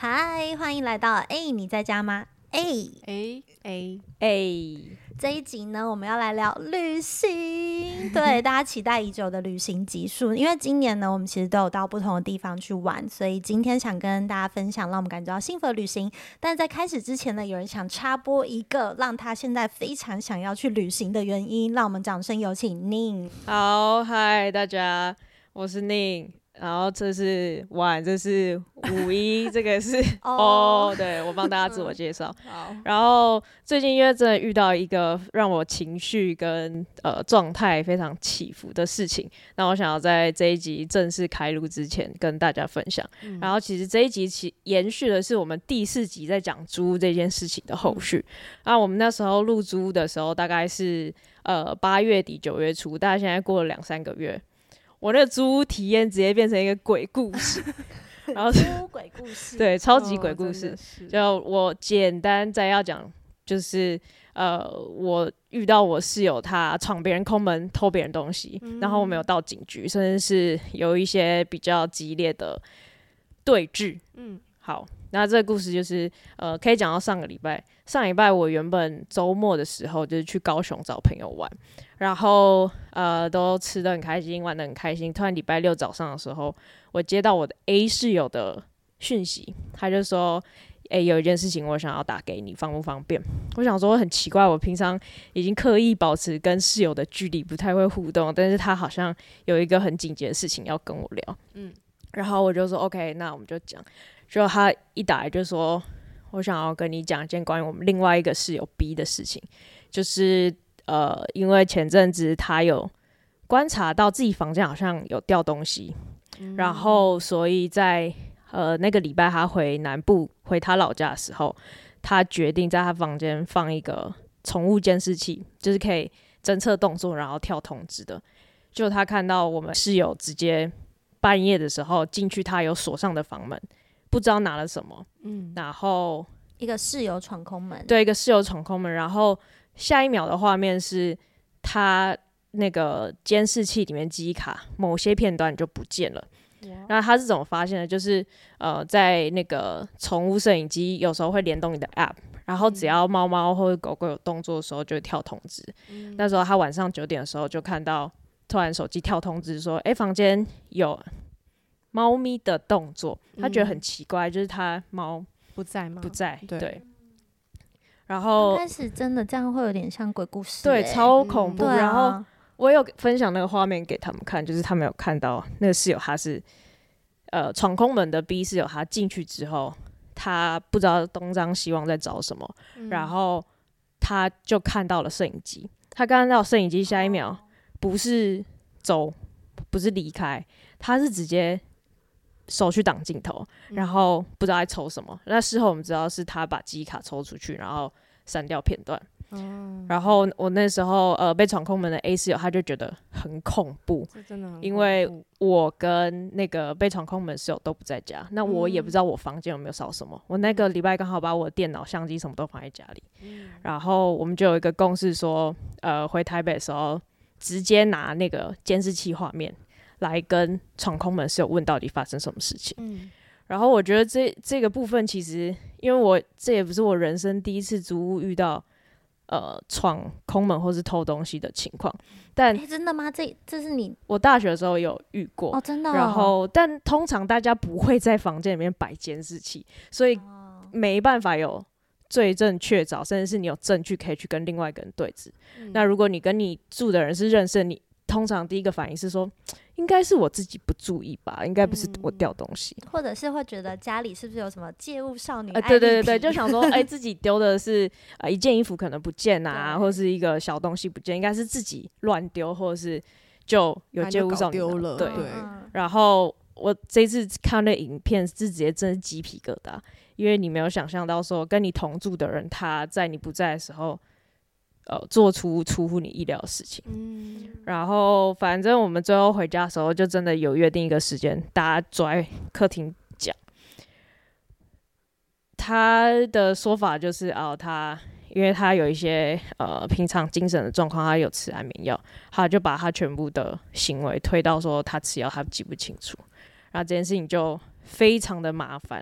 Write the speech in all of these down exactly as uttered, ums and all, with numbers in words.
嗨，欢迎来到哎、你在家吗？哎、 哎哎哎， 这一集呢，我们要来聊旅行，对大家期待已久的旅行集数。因为今年呢，我们其实都有到不同的地方去玩，所以今天想跟大家分享让我们感觉到幸福的旅行。但在开始之前呢，有人想插播一个让他现在非常想要去旅行的原因，让我们掌声有请宁。 好，嗨，大家，我是宁。然后这是晚，这是五一，这个是哦哦，对我帮大家自我介绍。 好， 然后最近因为真的遇到一个让我情绪跟呃状态非常起伏的事情，那我想要在这一集正式开录之前跟大家分享。嗯、然后其实这一集其延续的是我们第四集在讲租这件事情的后续。那、嗯、我们那时候录租的时候大概是呃八月底九月初，大概现在过了两三个月。我那个租屋体验直接变成一个鬼故事，然后租屋鬼故事， 对，超级鬼故事。 哦、 就我简单再要讲，就是呃，我遇到我室友他闯别人空门偷别人东西，嗯、然后我们有到警局，甚至是有一些比较激烈的对峙。嗯，好，那这个故事就是呃，可以讲到上个礼拜。上礼拜我原本周末的时候就是去高雄找朋友玩。然后呃都吃得很开心，玩得很开心。突然礼拜六早上的时候，我接到我的 A 室友的讯息，他就说：“哎、欸，有一件事情我想要打给你，方不方便？”我想说很奇怪，我平常已经刻意保持跟室友的距离，不太会互动，但是他好像有一个很紧急的事情要跟我聊。嗯，然后我就说 OK， 那我们就讲。就他一打来就说：“我想要跟你讲一件关于我们另外一个室友 B 的事情，就是。”呃，因为前阵子他有观察到自己房间好像有掉东西，嗯、然后所以在呃那个礼拜他回南部回他老家的时候，他决定在他房间放一个宠物监视器，就是可以侦测动作然后跳通知的。就他看到我们室友直接半夜的时候进去他有锁上的房门，不知道拿了什么，嗯，然后一个室友闯空门， 对，一个室友闯空门，然后。下一秒的画面是他那个监视器里面记忆卡某些片段就不见了。那他是怎么发现的？就是呃，在那个宠物摄影机有时候会联动你的 App， 然后只要猫猫或者狗狗有动作的时候就会跳通知。嗯、那时候他晚上九点的时候就看到突然手机跳通知说：“哎、欸，房间有猫咪的动作。”他觉得很奇怪，就是他猫不在吗？ 不在， 对。 对然后开始真的这样会有点像鬼故事、 对， 欸， 超恐怖。 嗯啊、 然后我有分享那个画面给他们看，就是他们有看到那个室友他是呃闯空门的 B 室友，他进去之后，他不知道东张西望在找什么，嗯、然后他就看到了摄影机。他看到摄影机，下一秒不是走，不是离开，他是直接手去挡镜头，然后不知道在抽什么。那事后我们知道是他把记忆卡抽出去，然后删掉片段。嗯、然后我那时候呃被闯空门的 A 室友他就觉得很恐怖， 这真的很恐怖， 因为我跟那个被闯空门室友都不在家，那我也不知道我房间有没有少什么。嗯、我那个礼拜刚好把我的电脑、相机什么都放在家里，嗯、然后我们就有一个共识说，呃，回台北的时候直接拿那个监视器画面来跟闯空门室友问到底发生什么事情。嗯、然后我觉得这这个部分其实，因为我这也不是我人生第一次租屋遇到。呃，闯空门或是偷东西的情况，但、 欸、真的吗？这这是你我大学的时候有遇过哦，真的、哦。 然后，但通常大家不会在房间里面摆监视器，所以没办法有罪证确凿，甚至是你有证据可以去跟另外一个人对峙。嗯、那如果你跟你住的人是认识你，通常第一个反应是说，应该是我自己不注意吧，应该不是我掉东西， 嗯、或者是会觉得家里是不是有什么借物少女爱、 呃？对对对对，就想说，哎、欸，自己丢的是呃一件衣服可能不见啊，或是一个小东西不见，应该是自己乱丢，或者是就有借物少女丢了。 对， 对然后我这次看那影片是直接真是鸡皮疙瘩，因为你没有想象到说跟你同住的人他在你不在的时候。呃，做出出乎你意料的事情。嗯，然后反正我们最后回家的时候，就真的有约定一个时间，大家坐在客厅讲。他的说法就是哦，他因为他有一些呃平常精神的状况，他有吃安眠药，他就把他全部的行为推到说他吃药他记不清楚，然后这件事情就非常的麻烦。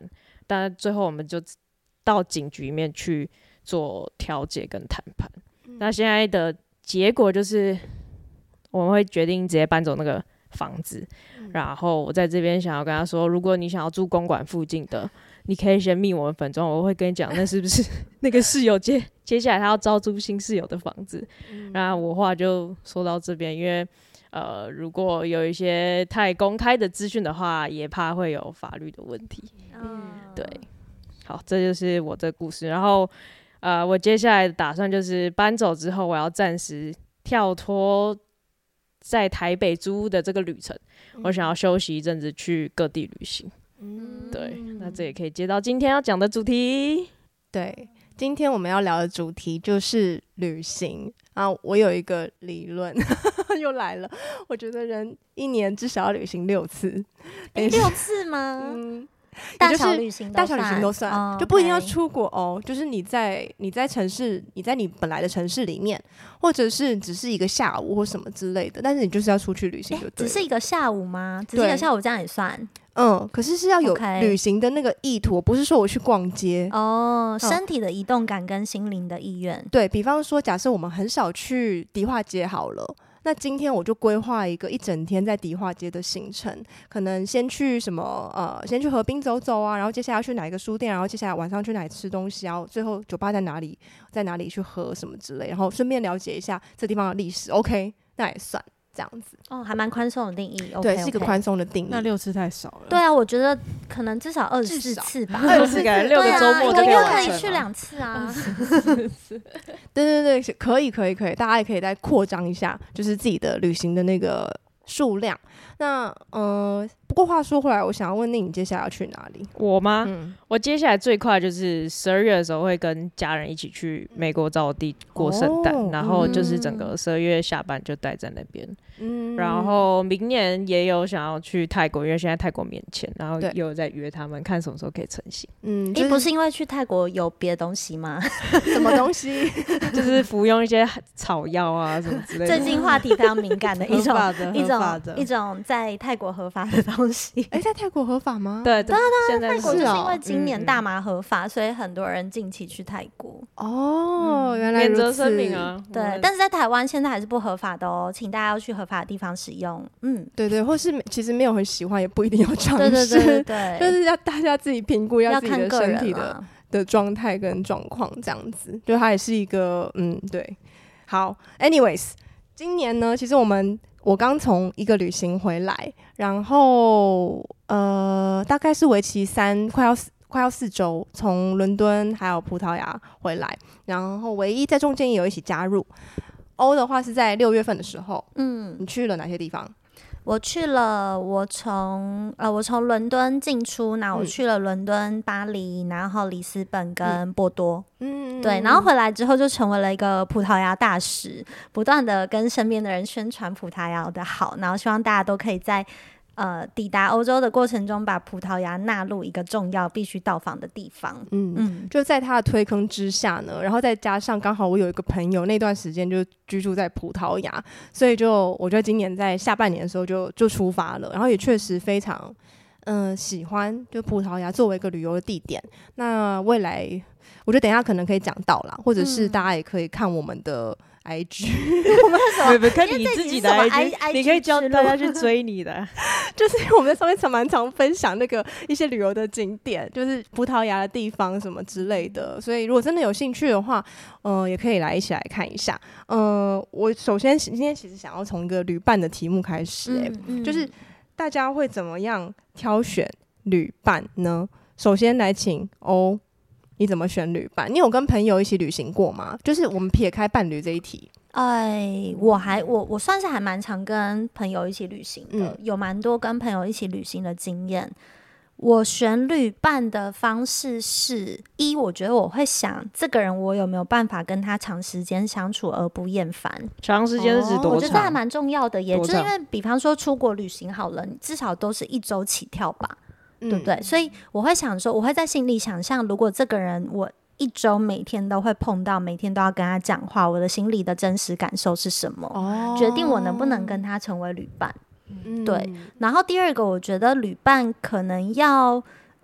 但最后我们就到警局里面去做调解跟谈判、嗯。那现在的结果就是我们会决定直接搬走那个房子、嗯、然后我在这边想要跟他说，如果你想要住公馆附近的，你可以先密我们粉专，我会跟你讲那是不是那个室友接接下来他要招租新室友的房子、嗯、然后我话就说到这边，因为呃如果有一些太公开的资讯的话也怕会有法律的问题、嗯、对，好，这就是我的故事。然后呃我接下来的打算就是搬走之后我要暂时跳脱在台北租屋的这个旅程、嗯、我想要休息一阵子去各地旅行。嗯，对，那这也可以接到今天要讲的主题。 对，今天我们要聊的主题就是旅行啊。我有一个理论又来了，我觉得人一年至少要旅行六次。 欸、六次吗？ 嗯， 大小旅行都算， 大小旅行都算、哦、就不一定要出国哦。就是你在你在城市，你在你本来的城市里面，或者是只是一个下午或什么之类的，但是你就是要出去旅行就对了。 只是一个下午吗？只是一个下午这样也算？ 嗯，可是是要有旅行的那个意图， okay. 不是说我去逛街哦。身体的移动感跟心灵的意愿， 对，比方说，假设我们很少去迪化街好了，那今天我就规划一个一整天在迪化街的行程，可能先去什么呃，先去河滨走走啊，然后接下来要去哪一个书店，然后接下来晚上去哪里吃东西，然后最后酒吧在哪里，在哪里去喝什么之类，然后顺便了解一下这地方的历史。OK， 那也算。这样子哦，还蛮宽松的定义。 okay, 对，是一个宽松的定义。 那六次太少了。 对啊，我觉得可能至少二十四次吧。 二十四个六个周末就可以完成了。 可以去两次啊。 对对对，可以可以可以，大家也可以再扩张一下，就是自己的旅行的那个数量。那呃，不过话说回来，我想要问宁，你接下来要去哪里？ 我吗？嗯、我接下来最快就是十二月的时候会跟家人一起去美国找我弟过圣诞、哦，然后就是整个十二月下半就待在那边。嗯，然后明年也有想要去泰国，因为现在泰国免签，然后也有在约他们，看什么时候可以成行。 嗯，就是欸、不是因为去泰国有别的东西吗？ 什么东西？ 就是服用一些草药啊什么之类的。 最近话题非常敏感的一种一种一种在泰国合法的东西。 哎、欸，在泰国合法吗？ 对对对，泰国就是因为今年大麻合法，嗯、所以很多人近期去泰国。 哦，嗯、原来如此。免责声明啊。 对，但是在台湾现在还是不合法的哦，请大家要去合法的地方使用。嗯， 对对，或是其实没有很喜欢，也不一定要尝试。 对对对对， 就是要大家自己评估，要自己的身体的的状态跟状况这样子。就它也是一个嗯，对。好 ，anyways， 今年呢，其实我们我刚从一个旅行回来，然后呃，大概是为期三快要四快要四周，从伦敦还有葡萄牙回来，然后唯一在中间也有一起加入。欧的话是在六月份的时候，嗯，你去了哪些地方？ 我去了，我从呃，我从伦敦进出，那我去了伦敦、巴黎，然后里斯本跟波多，嗯，对，然后回来之后就成为了一个葡萄牙大使，不断的跟身边的人宣传葡萄牙的好，然后希望大家都可以在呃，抵达欧洲的过程中，把葡萄牙纳入一个重要必须到访的地方。 嗯嗯，就在他的推坑之下呢，然后再加上刚好我有一个朋友那段时间就居住在葡萄牙，所以就我觉得今年在下半年的时候就就出发了，然后也确实非常嗯、呃、喜欢就葡萄牙作为一个旅游的地点。那未来我觉得等一下可能可以讲到啦，或者是大家也可以看我们的I G， 我们什么？ 看你自己的 I G， 你可以教大家去追你的。 就是我们在上面常蛮常分享那个一些旅游的景点，就是葡萄牙的地方什么之类的。所以如果真的有兴趣的话，呃，也可以来一起来看一下。呃，我首先今天其实想要从一个旅伴的题目开始、欸，哎、嗯嗯，就是大家会怎么样挑选旅伴呢？首先来请欧。你怎么选旅伴？你有跟朋友一起旅行过吗？就是我们撇开伴侣这一题。 哎，我还我我算是还蛮常跟朋友一起旅行的，嗯、有蛮多跟朋友一起旅行的经验。我选旅伴的方式是一，我觉得我会想这个人我有没有办法跟他长时间相处而不厌烦。 长时间是指多长？ 我觉得这还蛮重要的耶，就是因为比方说出国旅行好了，你至少都是一周起跳吧。对不对、嗯？所以我会想说，我会在心里想象，如果这个人我一周每天都会碰到，每天都要跟他讲话，我的心里的真实感受是什么？哦、决定我能不能跟他成为旅伴。嗯、对。然后第二个，我觉得旅伴可能要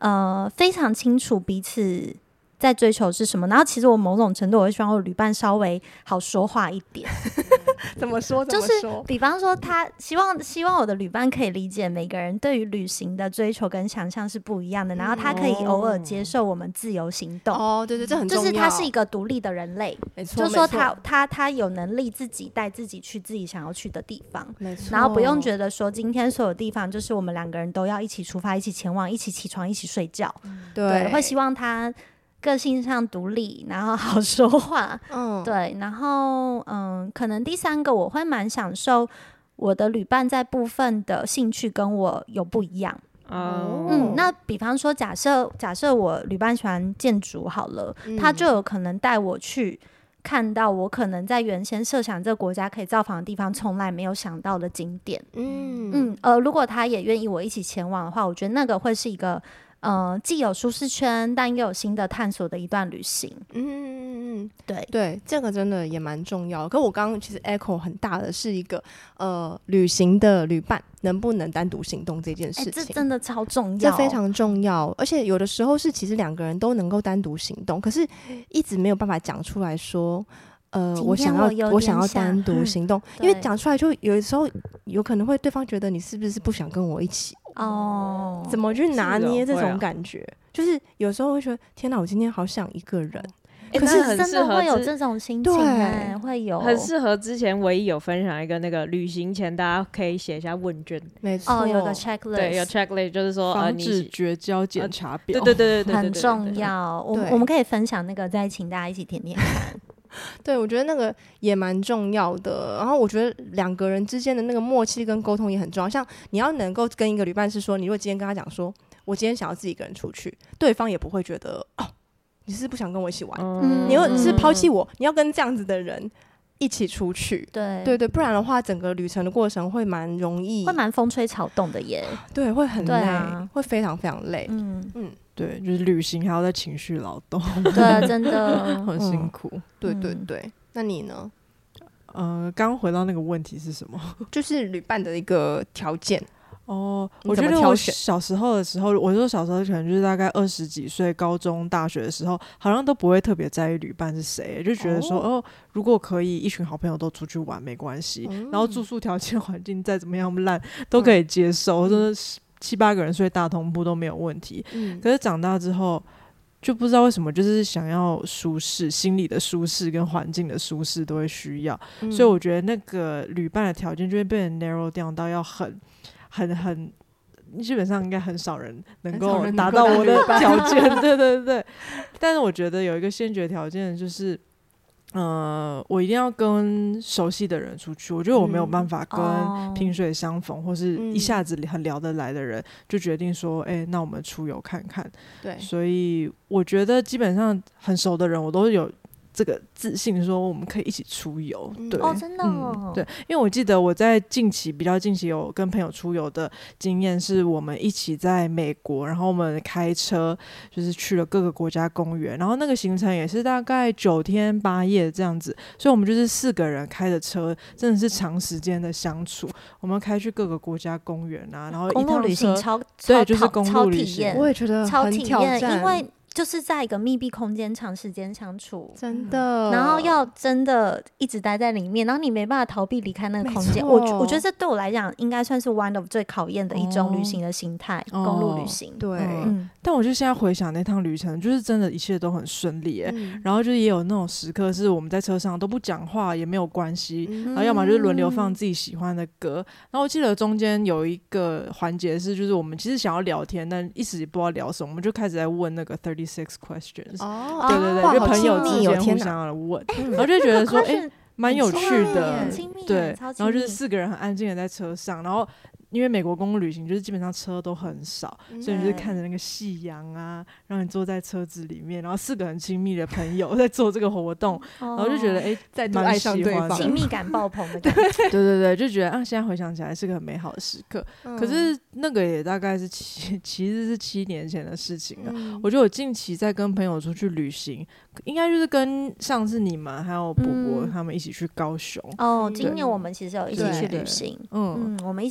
呃非常清楚彼此在追求是什么，然后其实我某种程度我会希望我旅伴稍微好说话一点。 怎么说？ 就是比方说他希望希望我的旅伴可以理解每个人对于旅行的追求跟想象是不一样的，然后他可以偶尔接受我们自由行动。 哦，对对，这很重要。 就是他是一个独立的人类， 没错， 就是说他他他有能力自己带自己去自己想要去的地方， 没错。 然后不用觉得说今天所有地方就是我们两个人都要一起出发，一起前往，一起起床，一起睡觉。嗯、对, 对，会希望他个性上独立，然后好说话，嗯，对，然后嗯，可能第三个我会蛮享受我的旅伴在部分的兴趣跟我有不一样。哦，嗯，那比方说假设假设我旅伴喜欢建筑好了，嗯、他就有可能带我去看到我可能在原先设想这个国家可以造访的地方从来没有想到的景点。嗯嗯，呃，如果他也愿意我一起前往的话，我觉得那个会是一个呃，既有舒适圈，但又有新的探索的一段旅行。嗯嗯嗯，对对，这个真的也蛮重要的。可我刚刚其实 echo 很大的是一个呃，旅行的旅伴能不能单独行动这件事情， 欸、这真的超重要， 这非常重要。而且有的时候是其实两个人都能够单独行动，可是一直没有办法讲出来说。呃，我想要，我想要单独行动，嗯、因为讲出来就有的时候有可能会对方觉得你是不是不想跟我一起哦？怎么去拿捏这种感觉？是啊、就是有时候会觉得，天哪，我今天好想一个人。 欸、可是真的会有这种心情、欸，会有很适合。之前唯一有分享一个那个旅行前大家可以写一下问卷， 没错， 哦，有个 checklist， 对，有 checklist， 就是说防止绝交检查表， 对对对对对， 很重要。我们我们可以分享那个，再请大家一起填填看。 对，我觉得那个也蛮重要的。然后我觉得两个人之间的那个默契跟沟通也很重要。像你要能够跟一个旅伴是说，你如果今天跟他讲说，我今天想要自己一个人出去，对方也不会觉得哦，你是不想跟我一起玩，嗯、你又是抛弃我，你要跟这样子的人一起出去， 对对对，不然的话，整个旅程的过程会蛮容易， 会蛮风吹草动的耶。 对，会很累， 啊、 会非常非常累。 嗯嗯，对，就是旅行还要在情绪劳动， 对，真的很辛苦。 嗯、对对对，那你呢？ 呃，刚刚回到那个问题是什么？ 就是旅伴的一个条件。 哦，我觉得我小时候的时候，我说小时候可能就是大概二十几岁，高中、大学的时候，好像都不会特别在意旅伴是谁，就觉得说，哦，哦如果可以一群好朋友都出去玩没关系，嗯、然后住宿条件、环境再怎么样烂都可以接受，就、嗯、是七八个人睡大通铺都没有问题。嗯、可是长大之后，就不知道为什么，就是想要舒适，心理的舒适跟环境的舒适都会需要，嗯、所以我觉得那个旅伴的条件就会被人 narrow down 到要很。很很，基本上应该很少人能够达到我的条件，对对对。但是我觉得有一个先决条件就是，呃，我一定要跟熟悉的人出去。我觉得我没有办法跟萍水相逢、嗯、或是一下子很聊得来的人，嗯、就决定说，哎、欸，那我们出游看看。 对， 所以我觉得基本上很熟的人，我都有。这个自信说我们可以一起出游，对、 哦，真的、哦嗯，对，因为我记得我在近期比较近期有跟朋友出游的经验，是我们一起在美国，然后我们开车就是去了各个国家公园，然后那个行程也是大概九天八夜这样子，所以我们就是四个人开着车，真的是长时间的相处，我们开去各个国家公园啊，然后一趟车公路旅行超对，就是公路旅行， 我也觉得很挑战， 因为。就是在一个密闭空间长时间相处， 真的， 然后要真的一直待在里面，然后你没办法逃避离开那个空间。我我觉得这对我来讲应该算是 one of 最考验的一种旅行的心态，哦、公路旅行。 对、 嗯，但我就现在回想那趟旅程，就是真的一切都很顺利耶、嗯。然后就是也有那种时刻是我们在车上都不讲话也没有关系，嗯、然后要么就是轮流放自己喜欢的歌。然后我记得中间有一个环节是，就是我们其实想要聊天，但一时也不知道聊什么，我们就开始在问那个 thirty six questions，、哦、对对对，就朋友之间互相的问，然后就觉得说，哎、欸，蛮有趣的，对，然后就是四个人很安静的在车上，然后。因为美国公路旅行就是基本上车都很少，所以你就是看着那个夕阳啊，让你坐在车子里面，然后四个很亲密的朋友在做这个活动，然后就觉得哎，再度爱上对方， 亲密感爆棚的感觉。 对对对，就觉得啊，现在回想起来是个很美好的时刻。嗯、可是那个也大概是七，其实是七年前的事情了。嗯、我觉得我近期在跟朋友出去旅行，应该就是跟上次你们还有伯伯他们一起去高雄。 嗯、哦，今年我们其实有一起去旅行，嗯嗯，我们一起去高雄。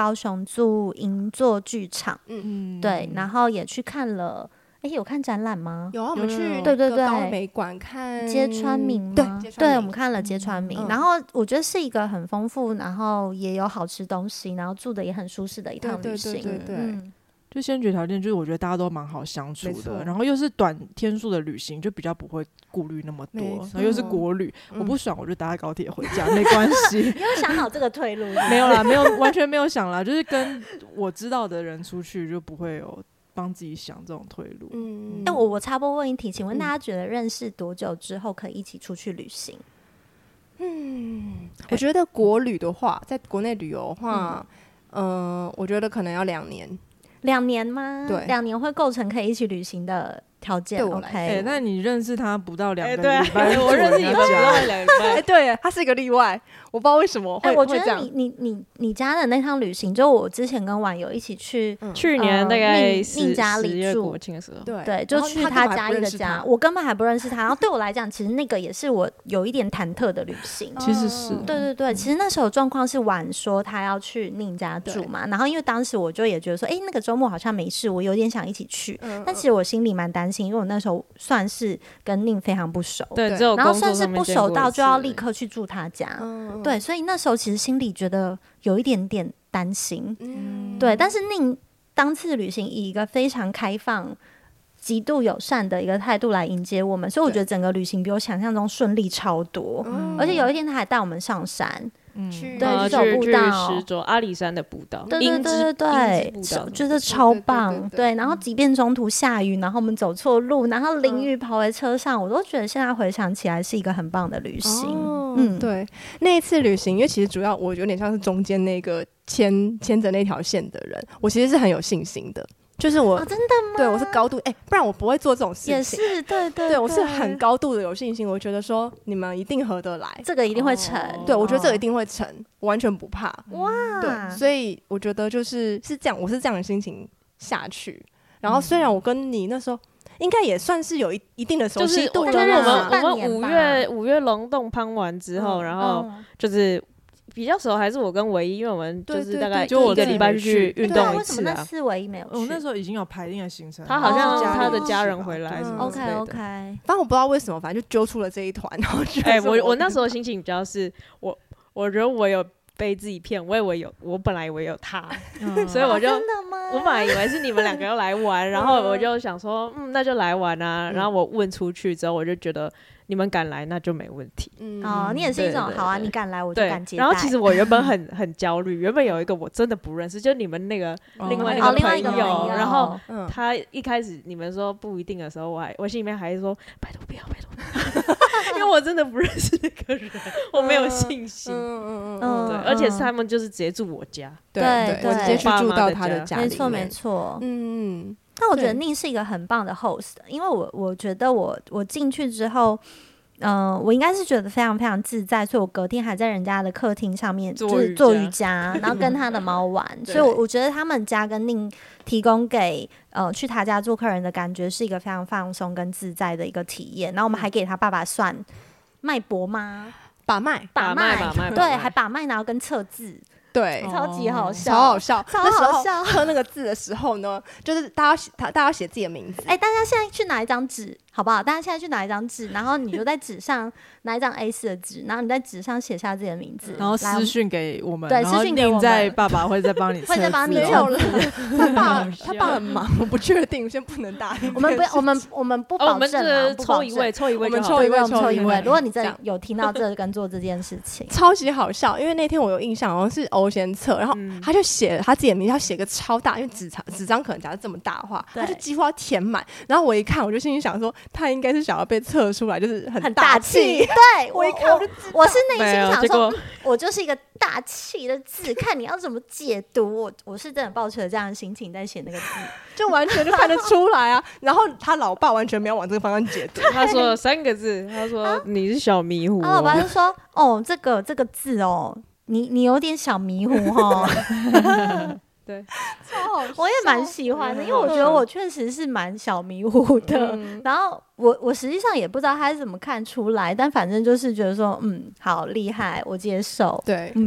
高雄住银座剧场， 嗯， 对，然后也去看了。哎，有看展览吗？ 有啊，我们去对对对高美馆看揭穿明吗？ 对， 对，我们看了揭穿明、 嗯， 然后我觉得是一个很丰富，然后也有好吃东西，然后住的也很舒适的一趟旅行。 对对对对对。 嗯， 就先决条件就是我觉得大家都蛮好相处的，然后又是短天数的旅行，就比较不会顾虑那么多，然后又是国旅，嗯、我不爽我就搭高铁回家，没关系。 你有想好这个退路是不是？ 没有啦，没有，完全没有想啦，就是跟我知道的人出去就不会有帮自己想这种退路。 嗯，哎、欸，我我插播问一题，请问大家觉得认识多久之后可以一起出去旅行？ 嗯，我觉得国旅的话，在国内旅游的话，嗯、呃，我觉得可能要两年。 两年吗？ 对， 两年会构成可以一起旅行的条件。 对我来说， 哎、 欸，那你认识他不到两个礼拜、欸，我认识你不到两个礼拜， 哎，对，他是一个例外，我不知道为什么会。 哎、欸，我觉得你你你你家的那趟旅行，就我之前跟婉友一起去， 嗯、去年大概宁家里住， 国庆的时候， 对对，就去他嘉义的家，我根本还不认识他。然后对我来讲，其实那个也是我有一点忐忑的旅行。 其实是， 对对对，其实那时候状况是婉说他要去宁家住嘛，然后因为当时我就也觉得说，哎、欸，那个周末好像没事，我有点想一起去，嗯、但其实我心里蛮担心，因为我那时候算是跟宁非常不熟， 对， 然后算是不熟到就要立刻去住他家， 嗯、 对，所以那时候其实心里觉得有一点点担心，嗯、对，但是宁当次旅行以一个非常开放、极度友善的一个态度来迎接我们，所以我觉得整个旅行比我想象中顺利超多，而且有一天他还带我们上山。 嗯， 对，去走步道， 去石卓阿里山的步道， 对对对对对，觉得超棒。对, 对, 对, 对, 对，然后即便中途下雨，然后我们走错路，然后淋雨跑回车上，嗯、我都觉得现在回想起来是一个很棒的旅行。 哦、嗯，对，那一次旅行，因为其实主要我有点像是中间那个牵牵着那条线的人，我其实是很有信心的。就是我、 哦、真的吗？ 对，我是高度哎、欸，不然我不会做这种事情。 也是，对 对, 对, 对，我是很高度的有信心。我觉得说你们一定合得来， 这个一定会成。 哦、对，我觉得这个一定会成，我完全不怕。 哇， 对，所以我觉得就是是这样，我是这样的心情下去。然后虽然我跟你那时候应该也算是有一一定的熟悉度了， 就是我们我们五月五月龙洞攀完之后，嗯、然后就是。比较熟还是我跟唯一，因为我们就是大概就一个礼拜去运动一次啊。 为什么那次唯一没有去？ 我那时候已经有排定的行程， 他好像他的家人回来什么之类的。 OK OK， 反正我不知道为什么，反正就揪出了这一团。然后哎、欸，我我那时候心情比较是，我我觉得我有被自己骗，我以为有，我本来以为有他，嗯、所以我就、 哦、真的吗？ 我本来以为是你们两个要来玩，然后我就想说，嗯，那就来玩啊。然后我问出去之后，我就觉得。你们敢来那就没问题。 嗯，哦，你也是一种好啊，你敢来我就敢接待。 然后其实我原本很很焦虑，原本有一个我真的不认识，就是你们那个另外那个朋友，然后他一开始你们说不一定的时候，我还我心里面还是说拜托不要拜托，因为我真的不认识那个人，我没有信心。嗯嗯嗯，对，而且是他们就是直接住我家， 对对，我直接去住到他的家里面， 没错没错， 嗯嗯。 但我觉得宁是一个很棒的 host， 因为我我觉得我我进去之后，嗯、呃，我应该是觉得非常非常自在，所以我隔天还在人家的客厅上面就是做瑜伽，然后跟他的猫玩，所以我我觉得他们家跟宁提供给呃去他家做客人的感觉是一个非常放松跟自在的一个体验。然后我们还给他爸爸算脉搏吗？ 把脉， 把脉，把脉， 对，还把脉，然后跟测字。 对， 超级好笑， 超好笑， 超好笑。 喝那个字的时候呢，就是大家他大家写自己的名字。 哎、欸，大家现在去拿一张纸，好不好？大家现在去拿一张纸，然后你就在纸上拿一张 A 四 的纸，然后你在纸上写下自己的名字， 然后私讯给我们， 对，私讯给我们。 在爸爸会再帮你测字， 会再帮你测字。他爸他爸很忙，我不确定，先不能答应。 我们不要，我们我们不保证、啊， 哦、我们抽一位，抽一位， 我们抽一位， 抽一位。如果你真的有听到这跟做这件事情， 超级好笑，因为那天我有印象，好像是欧先测，然后。嗯、他就写他自己的名字，他写个超大，因为纸张纸张可能夹得这么大的话，他就几乎要填满。然后我一看，我就心里想说，他应该是想要被测出来，就是很大气。 对， 我一看我就知道， 我是内心想说，我就是一个大气的字，看你要怎么解读。我我是真的抱持了这样的心情在写那个字， 就完全就看得出来啊。然后他老爸完全没有往这个方向解读， 他说了三个字，他说、啊、你是小迷糊、哦。 他老爸就说，哦，这个这个字哦。你你有点小迷糊哈， 对，超好笑， 我也蛮喜欢的，因为我觉得我确实是蛮小迷糊的。嗯、然后我我实际上也不知道他是怎么看出来，但反正就是觉得说，嗯，好厉害，我接受。 对， 嗯，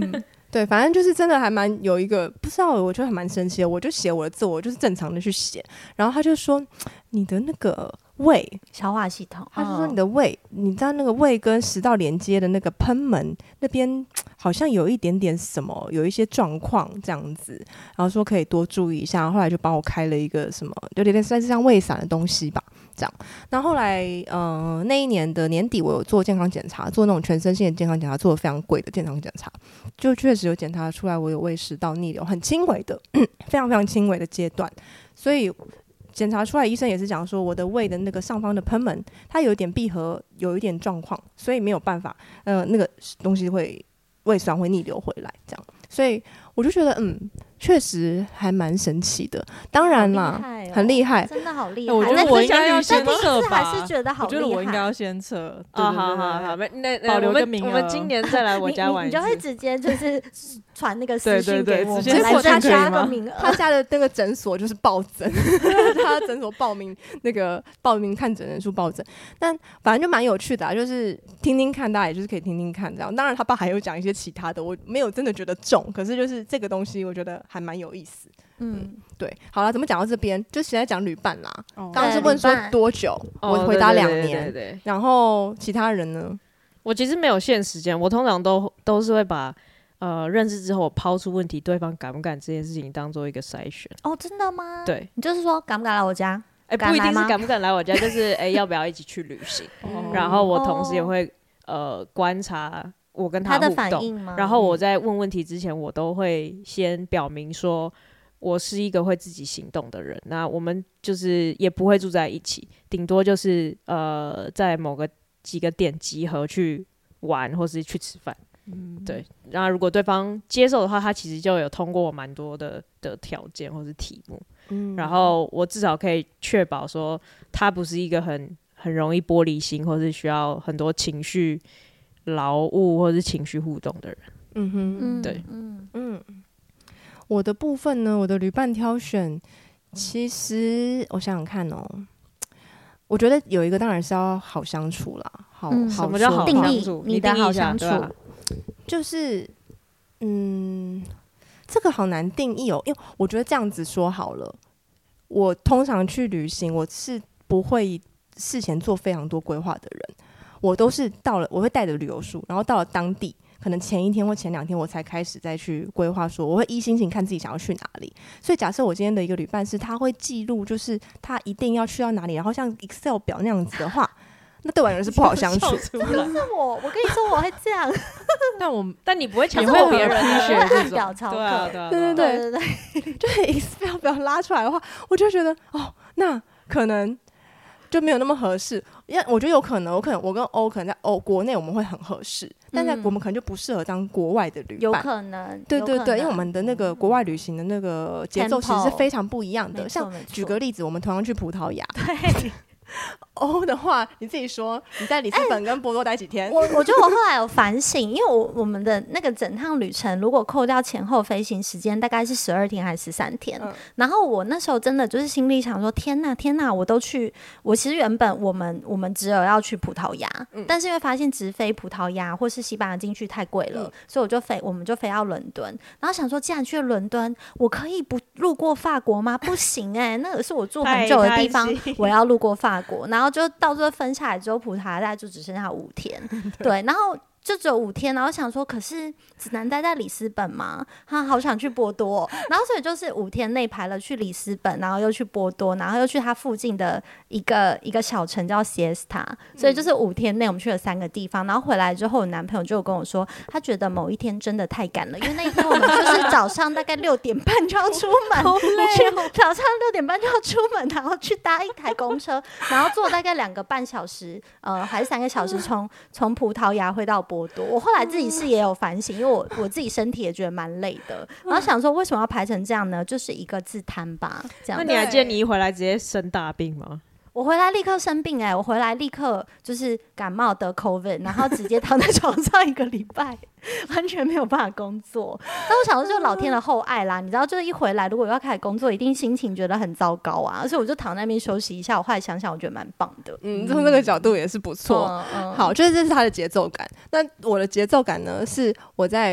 对，反正就是真的还蛮有一个不知道，我觉得还蛮神奇的。我就写我的字，我就是正常的去写，然后他就说你的那个胃消化系统， 他就说你的胃，嗯、你知道那个胃跟食道连接的那个贲门那边好像有一点点什么，有一些状况这样子，然后说可以多注意一下。后来就帮我开了一个什么，有点算是像胃散的东西吧。这样，然后后来，呃，那一年的年底，我有做健康检查，做那种全身性的健康检查，做的非常贵的健康检查，就确实有检查出来我有胃食道逆流，很轻微的，非常非常轻微的阶段，所以检查出来，医生也是讲说我的胃的那个上方的贲门，它有一点闭合，有一点状况，所以没有办法，呃，那个东西会胃酸会逆流回来，这样，所以我就觉得，嗯。确实还蛮神奇的，当然啦， 哦、 很厉害， 真的好厉害。 我觉得我应该要先测吧， 还是觉得好厉害。 我觉得我应该要先测。 啊，好好好，那那保留个名额。 我们今年再来我家玩一次你，你就会直接就是传那个私讯给我们， 直接来再加个名额。 他家的那个诊所就是暴增，他诊所报名那个报名看诊人数暴增，但反正就蛮有趣的啊，就是听听看，大家也就是可以听听看这样。当然他爸还有讲一些其他的，我没有真的觉得重，可是就是这个东西我觉得还蛮有意思。嗯，对，好了，怎么讲到这边？就现在讲旅伴啦。刚刚、哦、是问说多久， 哦、 我回答两年。 对对对对对， 然后其他人呢？ 我其实没有限时间，我通常都都是会把呃认识之后我抛出问题，对方敢不敢这件事情当做一个筛选。 哦，真的吗？ 对， 你就是说敢不敢来我家？ 哎、欸，不一定是敢不敢来我家，就是哎、欸、要不要一起去旅行？哦、然后我同时也会呃观察我跟他互动， 他的反应吗？ 然后我在问问题之前，我都会先表明说。我是一个会自己行动的人，那我们就是也不会住在一起，顶多就是呃在某个几个点集合去玩或是去吃饭，嗯，对。那如果对方接受的话，他其实就有通过我蛮多的的条件或是题目，嗯，然后我至少可以确保说他不是一个很很容易玻璃心，或是需要很多情绪劳务或是情绪互动的人，嗯哼，对，嗯嗯。我的部分呢，我的旅伴挑选，其实我想想看哦，我觉得有一个当然是要好相处啦，好， 嗯、 好什么叫好相处？ 你的好相处， 就是嗯，这个好难定义哦，因为我觉得这样子说好了，我通常去旅行，我是不会事前做非常多规划的人，我都是到了，我会带着旅游书，然后到了当地。可能前一天或前两天我才开始再去规划，说我会依心情看自己想要去哪里。所以假设我今天的一个旅伴是他会记录，就是他一定要去到哪里，然后像 Excel 表那样子的话，那对我来说是不好相处。 就是我，我跟你说我会这样， 但我但你不会强迫别人去按表操课， 对对对对对对，就是 Excel 表拉出来的话，我就觉得哦，那可能。就没有那么合适，因为我觉得有可能，我可能我跟欧可能在欧国内我们会很合适，但在我们可能就不适合当国外的旅伴， 有可能， 对对对，因为我们的那个国外旅行的那个节奏其实是非常不一样的。 Tempo, 像举个例子，我们同样去葡萄牙， 对。 欧的话，你自己说，你在里斯本跟波多待几天？ 欸、我我觉得我后来有反省，因为我我们的那个整趟旅程，如果扣掉前后飞行时间，大概是十二天还是十三天、嗯。然后我那时候真的就是心里想说：天哪，天哪！我都去，我其实原本我们我们只有要去葡萄牙，嗯、但是因为发现直飞葡萄牙或是西班牙进去太贵了、嗯，所以我就飞，我们就飞到伦敦。然后想说，既然去了伦敦，我可以不路过法国吗？不行哎、欸，那个是我住很久的地方，我要路过法国。然后就到最后分下来之后，葡萄牙大概就只剩下五天，对，然后就只有五天，然后想说，可是只能待在里斯本吗？哈、啊，好想去波多、哦，然后所以就是五天内排了去里斯本，然后又去波多，然后又去它附近的一个一个小城叫 Siesta， 所以就是五天内我们去了三个地方，然后回来之后，我男朋友就有跟我说，他觉得某一天真的太赶了，因为那一天我们就是早上大概六点半就要出门， 好累哦， 早上六点半就要出门，然后去搭一台公车，然后坐大概两个半小时，呃，还是三个小时从从葡萄牙回到波多。我后来自己是也有反省，因为我我自己身体也觉得蛮累的，然后想说为什么要排成这样呢？就是一个字贪吧，这样。 那你还记得你一回来直接生大病吗？ 我回来立刻生病哎、欸！我回来立刻就是感冒得 COVID， 然后直接躺在床上一个礼拜，完全没有办法工作。但我想说，就是老天的厚爱啦，你知道，就是一回来如果要开始工作，一定心情觉得很糟糕啊，所以我就躺在那边休息一下。我后来想想，我觉得蛮棒的。 嗯，从这个角度也是不错。嗯嗯、好，就是这是他的节奏感。那我的节奏感呢，是我在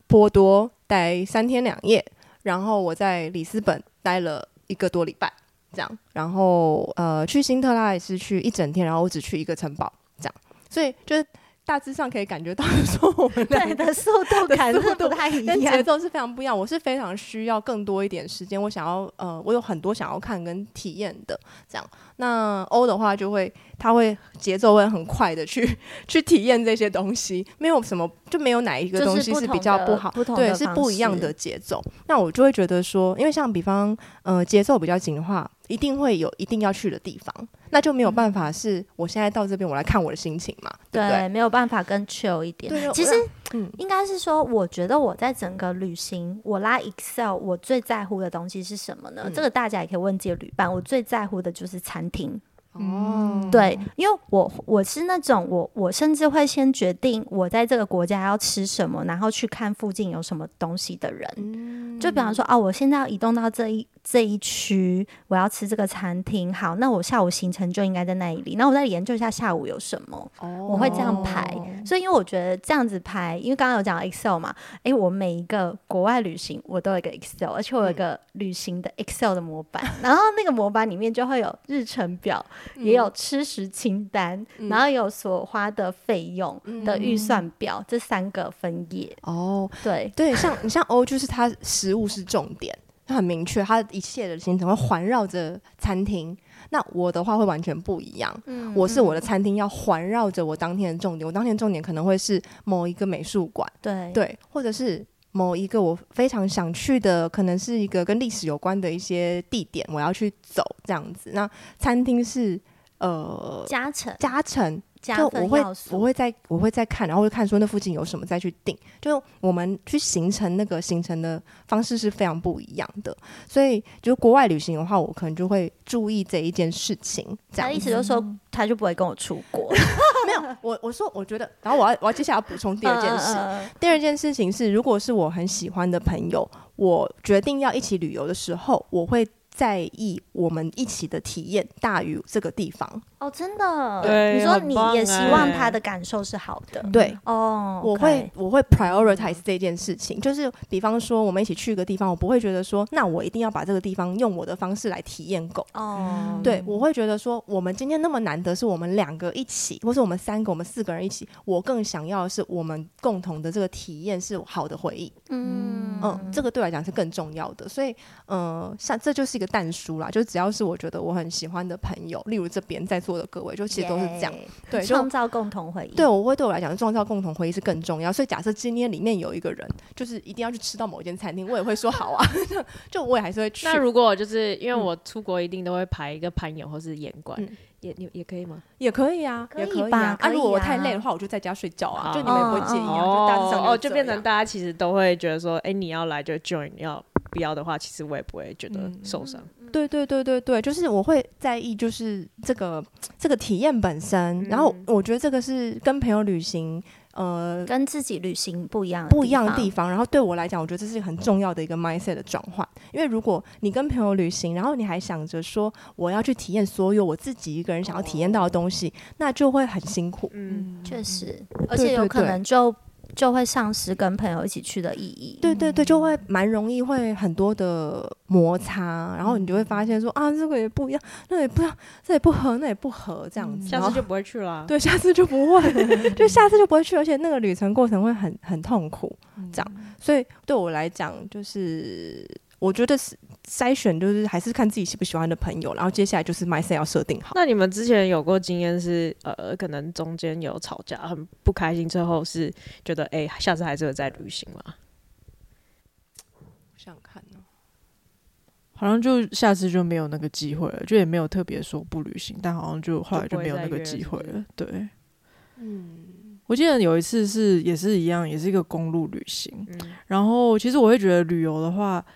波多待三天两夜，然后我在里斯本待了一个多礼拜，这样，然后呃去辛特拉也是去一整天，然后我只去一个城堡，这样，所以就是。大致上可以感觉到说我们对的速度感是不太一样， 跟节奏是非常不一样。我是非常需要更多一点时间，我想要呃，我有很多想要看跟体验的这样。那欧的话就会，他会节奏会很快的去去体验这些东西，没有什么就没有哪一个东西是比较不好， 不对，是不一样的节奏。那我就会觉得说，因为像比方呃节奏比较紧的话，一定会有一定要去的地方。那就没有办法是我现在到这边我来看我的心情嘛，对不对？ 对，没有办法更 chill 一点。 对， 其实、嗯、应该是说，我觉得我在整个旅行，我拉 Excel， 我最在乎的东西是什么呢？嗯、这个大家也可以问自己的旅伴。我最在乎的就是餐厅。哦，对，因为我我是那种我我甚至会先决定我在这个国家要吃什么，然后去看附近有什么东西的人。嗯、就比方说，哦，我现在要移动到这一这一区，我要吃这个餐厅，好，那我下午行程就应该在那里，然后我再研究一下下午有什么，哦、我会这样排。所以，因为我觉得这样子排，因为刚刚有讲 Excel 嘛，哎，我每一个国外旅行我都有一个 Excel， 而且我有一个旅行的 Excel 的模板，嗯、然后那个模板里面就会有日程表。也有吃食清单，嗯、然后有所花的费用的预算表，嗯、这三个分页。 哦， 对对，像你像欧，就是它食物是重点，它很明确，它一切的行程会环绕着餐厅。那我的话会完全不一样，嗯、我是我的餐厅要环绕着我当天的重点，我当天的重点可能会是某一个美术馆， 对对，或者是。某一个我非常想去的，可能是一个跟历史有关的一些地点，我要去走这样子。那餐厅是呃加成加成，就我会我会再我会再看，然后会看说那附近有什么再去定。就我们去形成那个行程的方式是非常不一样的。所以就国外旅行的话，我可能就会注意这一件事情。这样他意思就是说，他就不会跟我出国。 没有，我我说我觉得，然后我要我要接下来要补充第二件事。嗯嗯嗯第二件事情是，如果是我很喜欢的朋友，我决定要一起旅游的时候，我会在意我们一起的体验大于这个地方。 哦，真的？ 对， 你说你也希望他的感受是好的。 对， 哦， 我会我会 prioritize 这件事情，就是比方说我们一起去一个地方，我不会觉得说，那我一定要把这个地方用我的方式来体验够。哦，对，我会觉得说，我们今天那么难得是我们两个一起，或是我们三个、我们四个人一起，我更想要的是我们共同的这个体验是好的回忆。嗯嗯，这个对我来讲是更重要的，所以嗯、呃，像这就是一个但书啦，就只要是我觉得我很喜欢的朋友，例如这边在座的各位，就其实都是这样， yeah, 对， 创造共同回忆。 对，我会对我来讲，创造共同回忆是更重要。所以假设今天里面有一个人，就是一定要去吃到某一间餐厅，我也会说好啊，就我也还是会去。 那如果就是因为我出国一定都会排一个攀友或是岩馆。嗯也你也可以吗？ 也可以啊， 可以也可以啊。 啊，如果我太累的话，我就在家睡觉啊，就你们也不会介意啊。就大致上哦，就变成大家其实都会觉得说，哎，你要来就 join， 你要不要的话，其实我也不会觉得受伤。 对对对对对，就是我会在意，就是这个这个体验本身。然后我觉得这个是跟朋友旅行。呃， 跟自己旅行不一样不一样的地方，然后对我来讲，我觉得这是很重要的一个 mindset 的转换。因为如果你跟朋友旅行，然后你还想着说我要去体验所有我自己一个人想要体验到的东西，哦、那就会很辛苦。 嗯，确实，而且有可能就。对对对就会丧失跟朋友一起去的意义。 对对对，就会蛮容易会很多的摩擦，然后你就会发现说啊，这个也不一样，那也不一样，这也不合，那也不合，这样子， 嗯、下次就不会去了。 对，下次就不会，就下次就不会去，而且那个旅程过程会很很痛苦，这样。嗯、所以对我来讲，就是我觉得是。筛选就是还是看自己喜不喜欢的朋友，然后接下来就是 mindset 要设定好。 那你们之前有过经验是呃，可能中间有吵架，很不开心，最后是觉得哎、欸，下次还是会再旅行吗？ 我想想看呢， 好像就下次就没有那个机会了，就也没有特别说不旅行，但好像就后来就没有那个机会了。对，嗯，我记得有一次是也是一样，也是一个公路旅行，嗯、然后其实我会觉得旅游的话。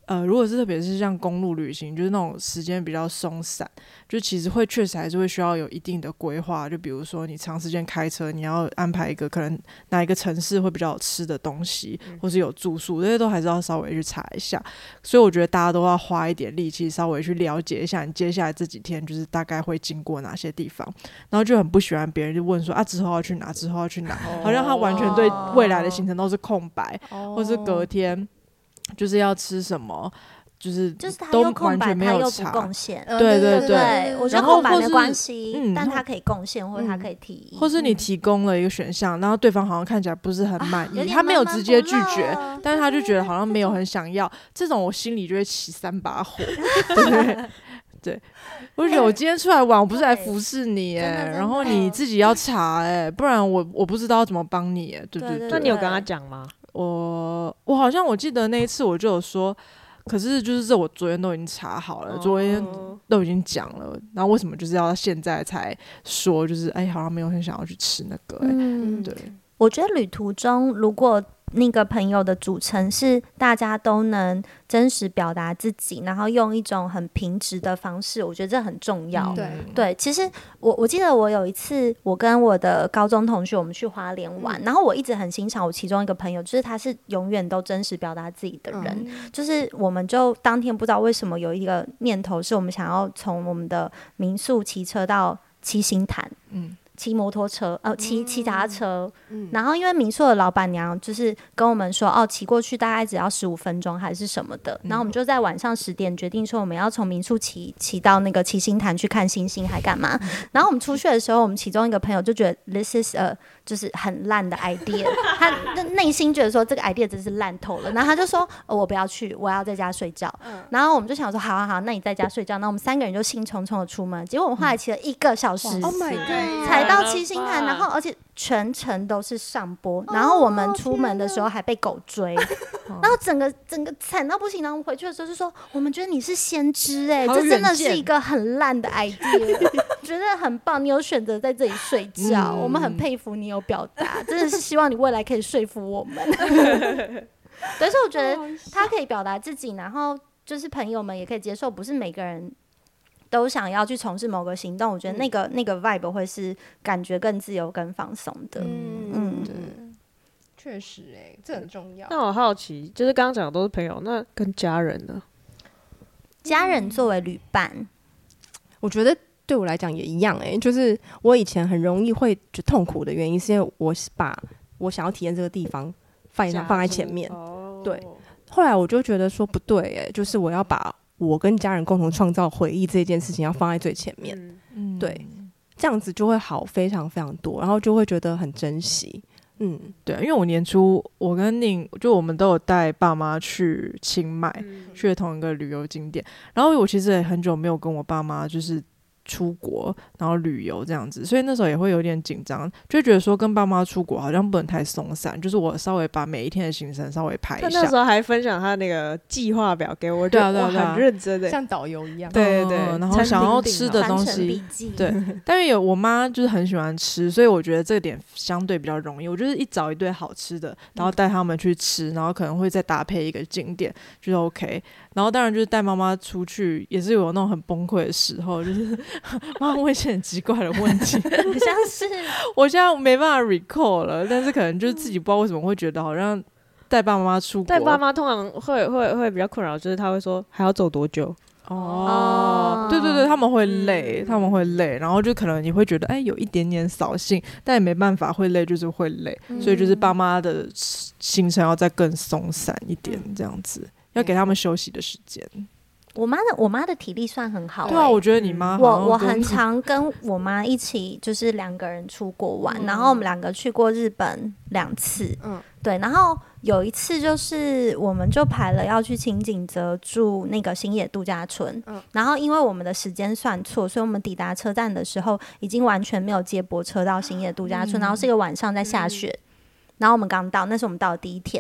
呃，如果是特别是像公路旅行，就是那种时间比较松散，就其实会确实还是会需要有一定的规划。就比如说你长时间开车，你要安排一个可能哪一个城市会比较有吃的东西，嗯、或是有住宿，这些都还是要稍微去查一下。所以我觉得大家都要花一点力气，稍微去了解一下你接下来这几天就是大概会经过哪些地方。然后就很不喜欢别人就问说啊之后要去哪，之后要去哪，哦、好像他完全对未来的行程都是空白，哦、或是隔天。就是要吃什么，就是就是他都又空白， 完全没他又有查， 不贡献。 对对对, 对, 对，我觉得空白没关系，嗯、但他可以贡献或者他可以提议， 或是你提供了一个选项，然后对方好像看起来不是很满意，啊、他没有直接拒绝，但是他就觉得好像没有很想要，这种我心里就会起三把火，对。对，我就觉得我今天出来玩，我不是来服侍你哎，然后你自己要查哎，不然我我不知道怎么帮你哎，对对对。 那你有跟他讲吗？ 我我好像我记得那一次我就有说，可是就是这我昨天都已经查好了，哦、昨天都已经讲了，然后为什么就是要现在才说，就是哎好像没有很想要去吃那个哎，嗯、对。 我觉得旅途中如果那个朋友的组成是大家都能真实表达自己，然后用一种很平直的方式，我觉得这很重要。 嗯、对对，其实我我记得我有一次，我跟我的高中同学我们去花莲玩，嗯、然后我一直很欣赏我其中一个朋友，就是他是永远都真实表达自己的人。嗯、就是我们就当天不知道为什么有一个念头，是我们想要从我们的民宿骑车到七星潭。嗯。骑摩托车，呃，骑骑脚踏车，嗯、然后因为民宿的老板娘就是跟我们说，哦，骑过去大概只要十五分钟还是什么的，嗯、然后我们就在晚上十点决定说我们要从民宿骑骑到那个七星潭去看星星，还干嘛？嗯、然后我们出去的时候，我们其中一个朋友就觉得 this is a 就是很烂的 idea， 他内心觉得说这个 idea 真是烂透了，然后他就说，哦，我不要去，我要在家睡觉。嗯、然后我们就想说，好好好，那你在家睡觉，那我们三个人就兴冲冲的出门，结果我们后来骑了一个小时， ，Oh my god， 才到七星潭，然后而且全程都是上坡，然后我们出门的时候还被狗追，然后整个整个惨到不行。然后我们回去的时候就说，我们觉得你是先知哎、欸，这真的是一个很烂的 idea， 觉得很棒，你有选择在这里睡觉，嗯、我们很佩服你有表达，真的是希望你未来可以说服我们。但是我觉得他可以表达自己，然后就是朋友们也可以接受，不是每个人都想要去从事某个行动，我觉得那个、嗯、那个 vibe 会是感觉更自由、更放松的。嗯嗯， 对，确实哎、欸，这很重要。 那我好奇，就是刚刚讲的都是朋友，那跟家人呢？ 家人作为旅伴， 我觉得对我来讲也一样哎、欸，就是我以前很容易会就痛苦的原因，是因为我把我想要体验这个地方放在放在前面。哦、对，后来我就觉得说不对哎、欸，就是我要把我跟家人共同创造回忆这件事情要放在最前面，嗯、对，这样子就会好非常非常多，然后就会觉得很珍惜。嗯， 对，因为我年初我跟宁就我们都有带爸妈去清迈，嗯、去同一个旅游景点，然后我其实也很久没有跟我爸妈就是出国然后旅游这样子，所以那时候也会有点紧张，就觉得说跟爸妈出国好像不能太松散，就是我稍微把每一天的行程稍微排一下。 他那时候还分享他那个计划表给我，对啊对啊对啊，很认真的， 像导游一样。 对对对， 嗯、然后想要吃的东西，对，但是有我妈就是很喜欢吃，所以我觉得这个点相对比较容易。我就是一找一堆好吃的，然后带他们去吃，然后可能会再搭配一个景点，就是 OK。然后当然就是带妈妈出去，也是有那种很崩溃的时候，就是妈妈问一些很奇怪的问题， 好像是我现在没办法 recall 了，但是可能就是自己不知道为什么会觉得好像带爸爸妈妈出国， 带爸妈通常会会会比较困扰，就是他会说还要走多久。 哦，对对对，他们会累，嗯、他们会累，然后就可能你会觉得哎有一点点扫兴，但也没办法，会累就是会累，嗯、所以就是爸妈的行程要再更松散一点，这样子。要给他们休息的时间。 我妈的我妈的体力算很好、欸， 对啊，我觉得你妈好我我很常跟我妈一起，就是两个人出国玩，嗯、然后我们两个去过日本两次，嗯，对，然后有一次就是我们就排了要去清景泽住那个星野度假村，嗯，然后因为我们的时间算错，所以我们抵达车站的时候已经完全没有接驳车到星野度假村，嗯、然后是一个晚上在下雪。嗯，然后我们刚到，那是我们到的第一天，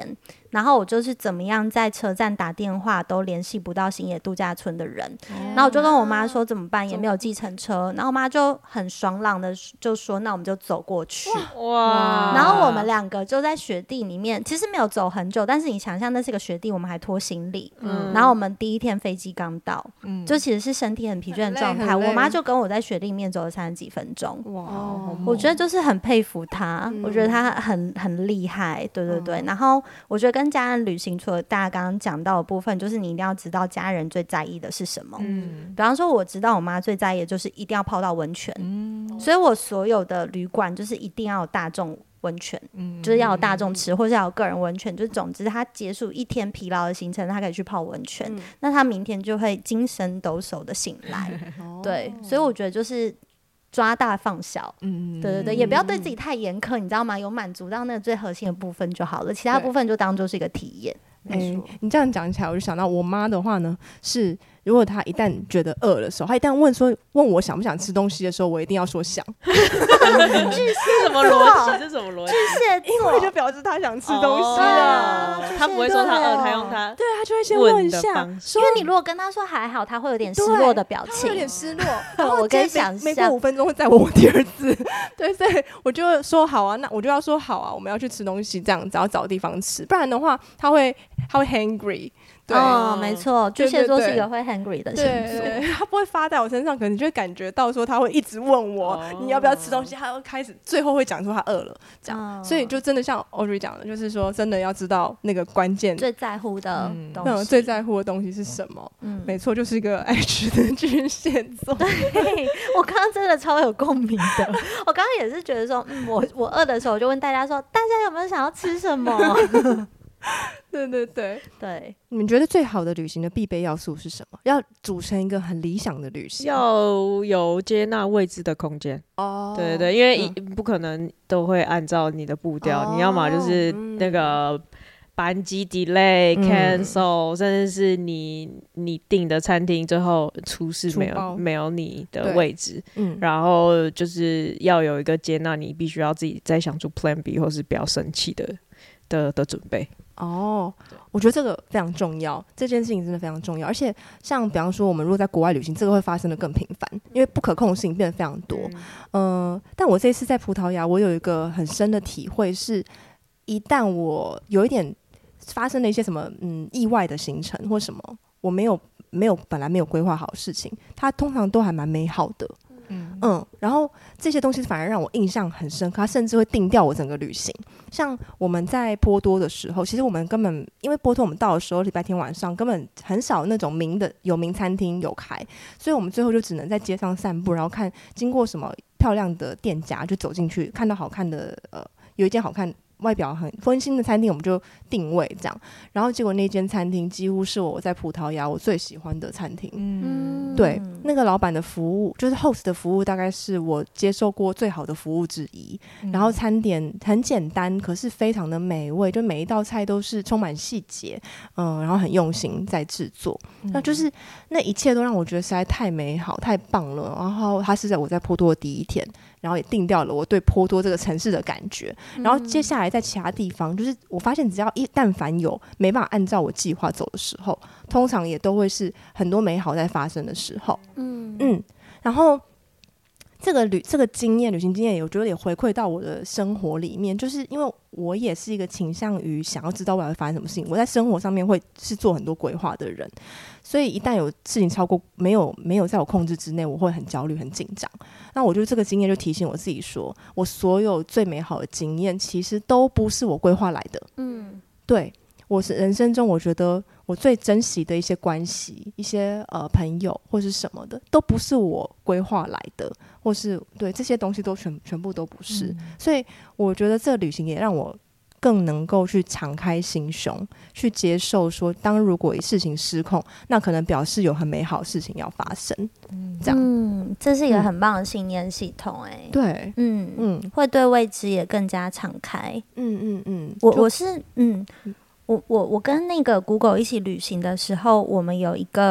然后我就是怎么样在车站打电话都联系不到星野度假村的人、哦、然后我就跟我妈说怎么办，也没有计程车，然后我妈就很爽朗的就说那我们就走过去。哇！然后我们两个就在雪地里面，其实没有走很久，但是你想象那是个雪地，我们还拖行李、嗯、然后我们第一天飞机刚到、嗯、就其实是身体很疲倦的状态，我妈就跟我在雪地里面走了三十几分钟。哇！我觉得就是很佩服她、嗯、我觉得她很很厉害，对对对、嗯、然后我觉得跟家人旅行除了大家刚刚讲到的部分，就是你一定要知道家人最在意的是什么、嗯、比方说我知道我妈最在意的就是一定要泡到温泉、嗯、所以我所有的旅馆就是一定要有大众温泉、嗯、就是要有大众池、嗯、或是要有个人温泉，就是总之他结束一天疲劳的行程他可以去泡温泉、嗯、那他明天就会精神抖擞的醒来、哦、对，所以我觉得就是抓大放小，嗯，对对对，也不要对自己太严苛，你知道吗？有满足到那个最核心的部分就好了，其他部分就当做是一个体验。 欸、你这样讲起来，我就想到我妈的话呢，是如果她一旦觉得饿的时候，她一旦问说问我想不想吃东西的时候，我一定要说想。 巨蟹什么逻辑？这什么逻辑？ 巨蟹座， 因为就表示她想吃东西了。 她、哦、不会说她饿，她用她对，她就会先问一下， 因为你如果跟她说还好，她会有点失落的表情， 有点失落。 我跟你想象， 每过五分钟会再问我第二次，对，所以我就说好啊，那我就要说好啊，我们要去吃东西，这样子要找地方吃，不然的话，她会她会 hungry。对哦，没错，巨蟹座是一个会 hungry 的星座， 对对对，他不会发在我身上，可能你就会感觉到说他会一直问我、哦、你要不要吃东西，他会开始最后会讲说他饿了这样、哦、所以就真的像 Audrey 讲的，就是说真的要知道那个关键最在乎的东西、 嗯、最在乎的东西是什么、嗯、没错，就是一个爱吃的巨蟹座。 对，我刚刚真的超有共鸣的我刚刚也是觉得说、嗯、我, 我饿的时候我就问大家说大家有没有想要吃什么对对对对， 你们觉得最好的旅行的必备要素是什么？要组成一个很理想的旅行， 要有接纳未知的空间。哦，对对对，因为不可能都会按照你的步调、哦，你要嘛就是那个班机 delay、cancel，、嗯、甚至是你你订的餐厅最后出事没有没有你的位置，嗯，然后就是要有一个接纳，你必须要自己再想出 plan B 或是不要生气的的的准备。 哦，我觉得这个非常重要，这件事情真的非常重要，而且像比方说我们如果在国外旅行，这个会发生的更频繁，因为不可控性变得非常多、嗯呃、但我这次在葡萄牙我有一个很深的体会是，一旦我有一点发生了一些什么嗯意外的行程或什么，我没有没有本来没有规划好的事情，它通常都还蛮美好的。嗯, 嗯然后这些东西反而让我印象很深刻，它甚至会定掉我整个旅行。像我们在波多的时候，其实我们根本因为波多我们到的时候礼拜天晚上根本很少那种名的有名餐厅有开，所以我们最后就只能在街上散步，然后看经过什么漂亮的店家就走进去，看到好看的呃有一间好看外表很温馨的餐厅，我们就定位这样，然后结果那间餐厅几乎是我在葡萄牙我最喜欢的餐厅。嗯，对，那个老板的服务就是 host 的服务大概是我接受过最好的服务之一、嗯、然后餐点很简单可是非常的美味，就每一道菜都是充满细节，嗯，然后很用心在制作、嗯、那就是那一切都让我觉得实在太美好太棒了。然后他是在我在波多的第一天，然后也定掉了我对波多这个城市的感觉、嗯、然后接下来在其他地方，就是我发现只要一但凡有没办法按照我计划走的时候，通常也都会是很多美好在发生的时候。嗯嗯，然后这个旅这个经验旅行经验我觉得也回馈到我的生活里面，就是因为我也是一个倾向于想要知道未来会发生什么事情，我在生活上面会是做很多规划的人，所以一旦有事情超过没有没有在我控制之内，我会很焦虑很紧张。那我觉得这个经验就提醒我自己说，我所有最美好的经验其实都不是我规划来的。嗯，对，我是人生中我觉得我最珍惜的一些关系，一些呃朋友或是什么的，都不是我规划来的，或是对这些东西都全全部都不是、嗯、所以我觉得这个旅行也让我更能够去敞开心胸，去接受说当如果事情失控，那可能表示有很美好的事情要发生、嗯、这样。 嗯，这是一个很棒的信念系统。哎、欸， 对， 嗯嗯，会对未知也更加敞开。嗯嗯嗯，我我是嗯我我我跟那个 Google 一起旅行的时候，我们有一个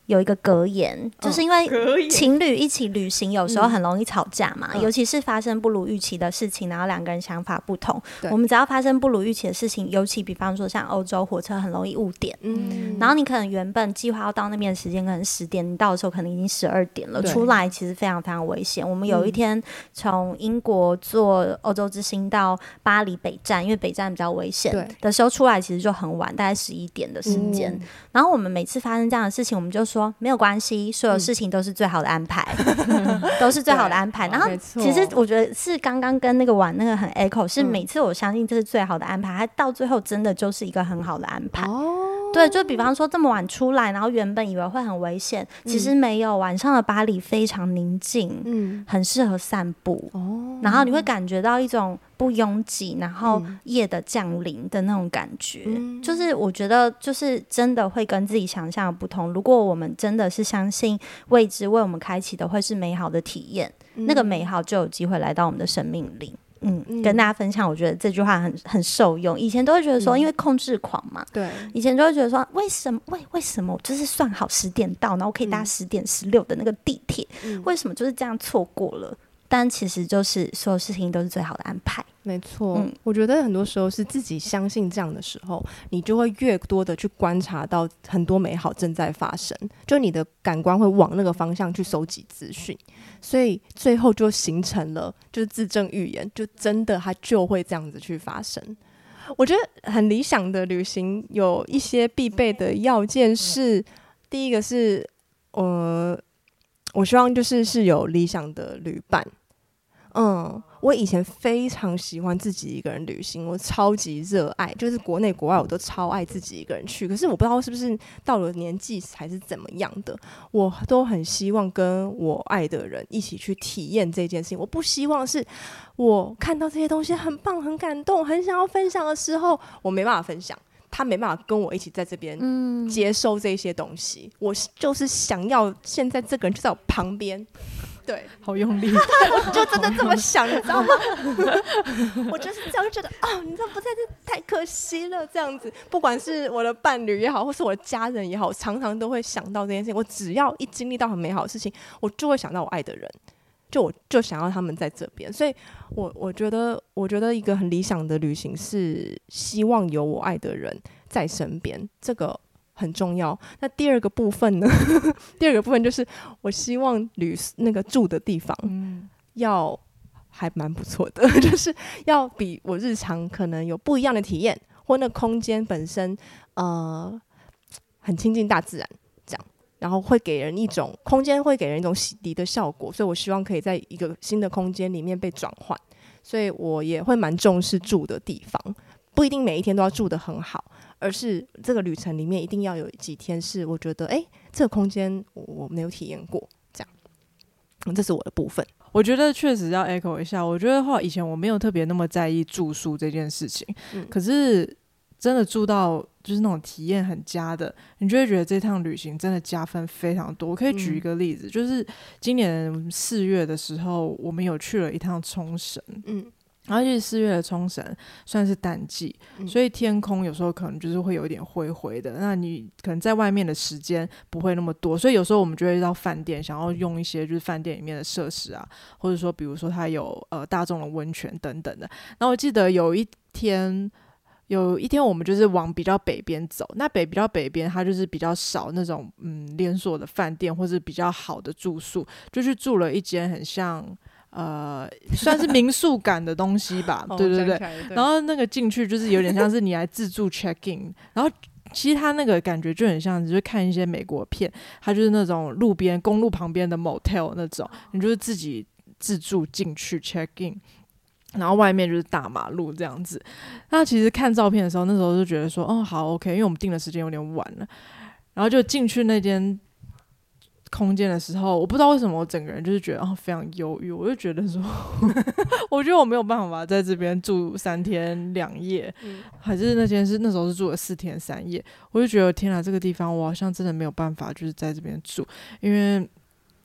有一个格言，就是因为情侣一起旅行有时候很容易吵架嘛，嗯、尤其是发生不如预期的事情，然后两个人想法不同，我们只要发生不如预期的事情，尤其比方说像欧洲火车很容易误点，嗯，然后你可能原本计划要到那边的时间可能十点，你到的时候可能已经十二点了，出来其实非常非常危险。我们有一天从英国坐欧洲之星到巴黎北站，因为北站比较危险的时候出来其实就很晚，大概十一点的时间、嗯。然后我们每次发生这样的事情，我们就说没有关系，所有事情都是最好的安排，嗯、都是最好的安排。然后其实我觉得是刚刚跟那个玩那个很 echo， 是每次我相信这是最好的安排，它到最后真的就是一个很好的安排。哦，对，就比方说这么晚出来，然后原本以为会很危险，其实没有。晚上的巴黎非常宁静，嗯，很适合散步。哦，然后你会感觉到一种不拥挤，然后夜的降临的那种感觉、嗯、就是我觉得就是真的会跟自己想象的不同。如果我们真的是相信未知为我们开启的会是美好的体验、嗯、那个美好就有机会来到我们的生命里。嗯，嗯跟大家分享，我觉得这句话很很受用。以前都会觉得说，因为控制狂嘛，对、嗯，以前就会觉得说，为什么为为什么我就是算好十点到，然后可以搭十点十六的那个地铁、嗯，为什么就是这样错过了？但其实就是所有事情都是最好的安排。 没错、嗯，我觉得很多时候是自己相信这样的时候，你就会越多的去观察到很多美好正在发生，就你的感官会往那个方向去收集资讯，所以最后就形成了就是自证预言，就真的它就会这样子去发生。我觉得很理想的旅行有一些必备的要件是，第一个是呃，我希望就是是有理想的旅伴。嗯，我以前非常喜欢自己一个人旅行，我超级热爱，就是国内国外我都超爱自己一个人去。可是我不知道是不是到了年纪还是怎么样的，我都很希望跟我爱的人一起去体验这件事情。我不希望是我看到这些东西很棒、很感动、很想要分享的时候，我没办法分享。他没办法跟我一起在这边接受这些东西、嗯、我就是想要现在这个人就在我旁边。对， 好用力我就真的这么想，你知道吗我就是这样，就觉得哦，你这不在这太可惜了，这样子。不管是我的伴侣也好，或是我的家人也好，我常常都会想到这件事情。我只要一经历到很美好的事情，我就会想到我爱的人，就我就想要他们在这边。所以我我觉得我觉得一个很理想的旅行是希望有我爱的人在身边，这个很重要。那第二个部分呢第二个部分就是我希望旅那个住的地方、嗯、要还蛮不错的就是要比我日常可能有不一样的体验，或那空间本身呃很亲近大自然这样，然后会给人一种空间会给人一种洗涤的效果，所以我希望可以在一个新的空间里面被转换。所以我也会蛮重视住的地方，不一定每一天都要住得很好，而是这个旅程里面一定要有几天是我觉得哎、欸，这个空间我没有体验过这样、嗯、这是我的部分。 我觉得确实要 echo 一下，我觉得话以前我没有特别那么在意住宿这件事情、嗯、可是真的住到就是那种体验很佳的，你就会觉得这趟旅行真的加分非常多。我可以举一个例子、嗯、就是今年四月的时候我们有去了一趟冲绳，嗯，然后其实四月的冲绳算是淡季、嗯、所以天空有时候可能就是会有一点灰灰的，那你可能在外面的时间不会那么多，所以有时候我们就会到饭店想要用一些就是饭店里面的设施啊，或者说比如说它有呃大众的温泉等等的。然后我记得有一天有一天我们就是往比较北边走，那北比较北边它就是比较少那种嗯连锁的饭店或是比较好的住宿，就去住了一间很像呃，算是民宿感的东西吧对对对，然后那个进去就是有点像是你来自助 check in 然后其实它那个感觉就很像就是看一些美国片，它就是那种路边公路旁边的 motel 那种，你就是自己自助进去 check in，然后外面就是大马路这样子。那其实看照片的时候那时候就觉得说哦好 OK， 因为我们订的时间有点晚了，然后就进去那间空间的时候，我不知道为什么我整个人就是觉得哦非常忧郁，我就觉得说我觉得我没有办法在这边住三天两夜、嗯、还是那间是那时候是住了四天三夜，我就觉得天哪，这个地方我好像真的没有办法就是在这边住，因为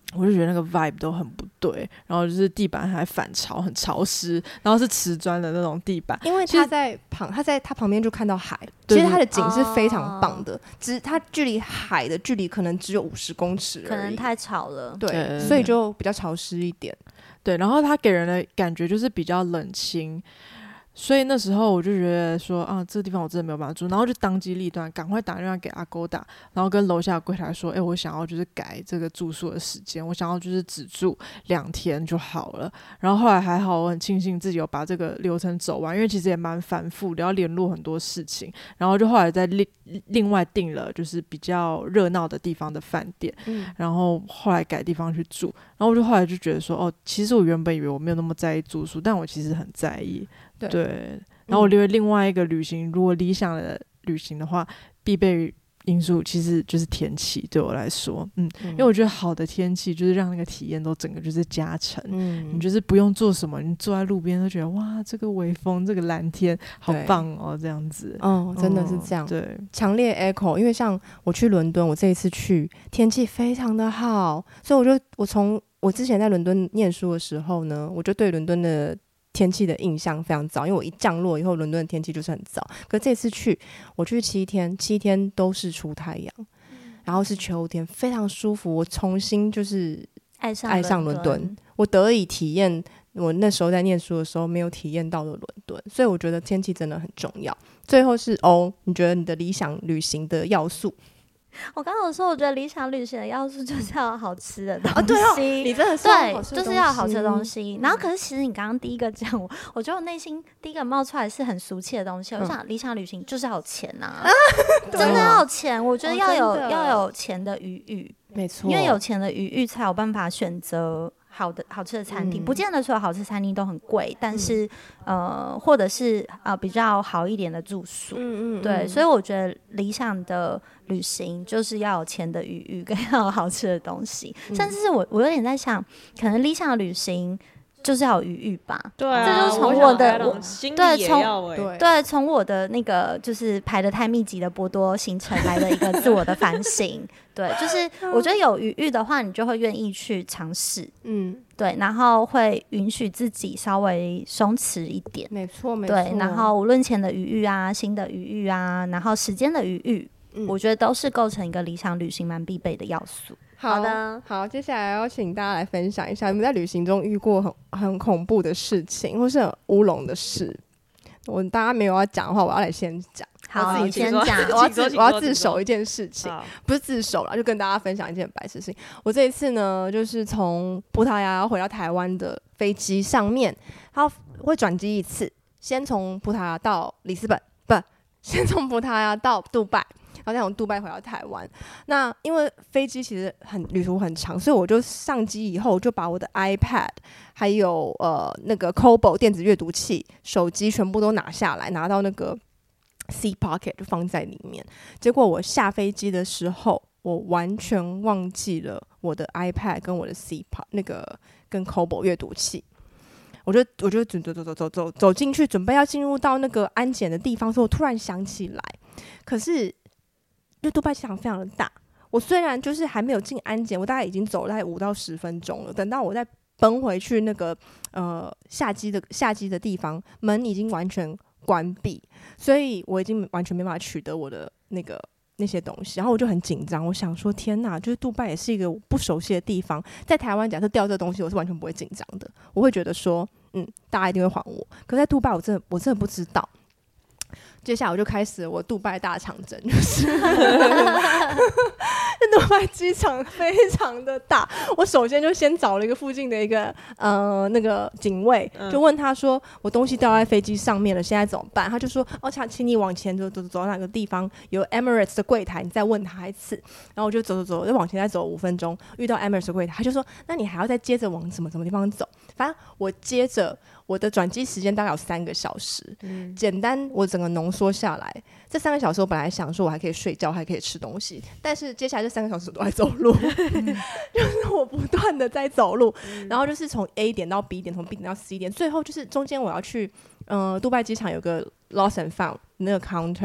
我就觉得那个 vibe 都很不对，然后就是地板还反潮，很潮湿，然后是瓷砖的那种地板。 因为他在旁，他在他旁边就看到海，其实他的景是非常棒的，只他距离海的距离可能只有五十公尺而已， 可能太潮了， 对，对所以就比较潮湿一点。 对，然后他给人的感觉就是比较冷清。所以那时候我就觉得说啊，这个地方我真的没有办法住，然后就当机立断，赶快打电话给阿勾达，然后跟楼下柜台说，哎、欸，我想要就是改这个住宿的时间，我想要就是只住两天就好了。然后后来还好，我很庆幸自己有把这个流程走完，因为其实也蛮繁复的，要联络很多事情。然后就后来再另另外订了就是比较热闹的地方的饭店、嗯，然后后来改地方去住。然后我就后来就觉得说，哦，其实我原本以为我没有那么在意住宿，但我其实很在意。对, 对，然后我觉得另外一个旅行、嗯，如果理想的旅行的话，必备因素其实就是天气。对我来说，嗯，嗯因为我觉得好的天气就是让那个体验都整个就是加成。嗯，你就是不用做什么，你坐在路边都觉得哇，这个微风，这个蓝天，好棒哦，这样子。 哦，真的是这样。 嗯、对， 强烈 echo。因为像我去伦敦，我这一次去天气非常的好，所以我就我从我之前在伦敦念书的时候呢，我就对伦敦的天气的印象非常糟，因为我一降落以后，伦敦的天气就是很糟。可这次去，我去七天，七天都是出太阳、嗯，然后是秋天，非常舒服。我重新就是爱上爱上伦敦，我得以体验我那时候在念书的时候没有体验到的伦敦，所以我觉得天气真的很重要。最后是哦，你觉得你的理想旅行的要素？ 我刚刚有说，我觉得理想旅行的要素就是要有好吃的东西。 啊、对哦，你真的是要好吃的东西， 对，就是要有好吃的东西。然后，可是其实你刚刚第一个讲，我我觉得我内心第一个冒出来是很俗气的东西。嗯、我想理想旅行就是要有钱呐、啊，真的要有钱。我觉得要有、哦、要有钱的余裕， 没错， 因为有钱的余裕才有办法选择好的好吃的餐厅、嗯，不见得所有好吃餐厅都很贵，但是、嗯、呃，或者是呃比较好一点的住宿，嗯嗯，对，所以我觉得理想的旅行就是要有钱的余裕，跟要有好吃的东西，嗯、甚至是我我有点在想，可能理想的旅行就是要有余裕吧， 对、啊， 这就是从我的我对从对对从我的那个就是排得太密集的波多行程来的一个自我的反省。对，就是我觉得有余裕的话，你就会愿意去尝试，嗯，对，然后会允许自己稍微松弛一点， 没错，没错， 对，然后无论钱的余裕啊、心的余裕啊，然后时间的余裕、嗯，我觉得都是构成一个理想旅行蛮必备的要素。 好的，好，接下来要请大家来分享一下，你们在旅行中遇过很很恐怖的事情，或是很乌龙的事。我大家没有要讲的话，我要来先讲。 好， 自己先讲。 我要自我要自首一件事情，不是自首啦，就跟大家分享一件白事情。我这一次呢，就是从葡萄牙回到台湾的飞机上面，它会转机一次，先从葡萄牙到里斯本，不，先从葡萄牙到杜拜。然后再从杜拜回到台湾，那因为飞机其实很旅途很长，所以我就上机以后就把我的 iPad 还有呃那个 Kobo 电子阅读器、手机全部都拿下来，拿到那个 C Pocket 就放在里面。结果我下飞机的时候，我完全忘记了我的 iPad 跟我的 C Pocket 那个跟 Kobo 阅读器。我就我就走走走走走走走进去，准备要进入到那个安检的地方的时候，我突然想起来，可是。因为杜拜机场非常的大，我虽然就是还没有进安检，我大概已经走了大概五到十分钟了。等到我再奔回去那个呃下机的下机的地方，门已经完全关闭，所以我已经完全没办法取得我的那个那些东西。然后我就很紧张，我想说天哪，就是杜拜也是一个我不熟悉的地方，在台湾假设掉这个东西，我是完全不会紧张的，我会觉得说嗯大家一定会还我。可在杜拜我真的我真的不知道。接下来我就开始了我杜拜大长征，就是杜拜机场非常的大。我首先就先找了一个附近的一个呃那个警卫，就问他说我东西掉在飞机上面了，现在怎么办？他就说哦，请请你往前走走走到哪个地方有 Emirates 的柜台，你再问他一次。然后我就走走走，就往前再走五分钟，遇到 Emirates 的柜台，他就说那你还要再接着往什么什么地方走？反正我接着。我的转机时间大概有三个小时、嗯，简单我整个浓缩下来，这三个小时我本来想说我还可以睡觉，还可以吃东西，但是接下来这三个小时我都在走路，嗯、就是我不断的在走路、嗯，然后就是从 A 点到 B 点，从 B 点到 C 点，最后就是中间我要去，呃，杜拜机场有个 Lost and Found 那个 counter，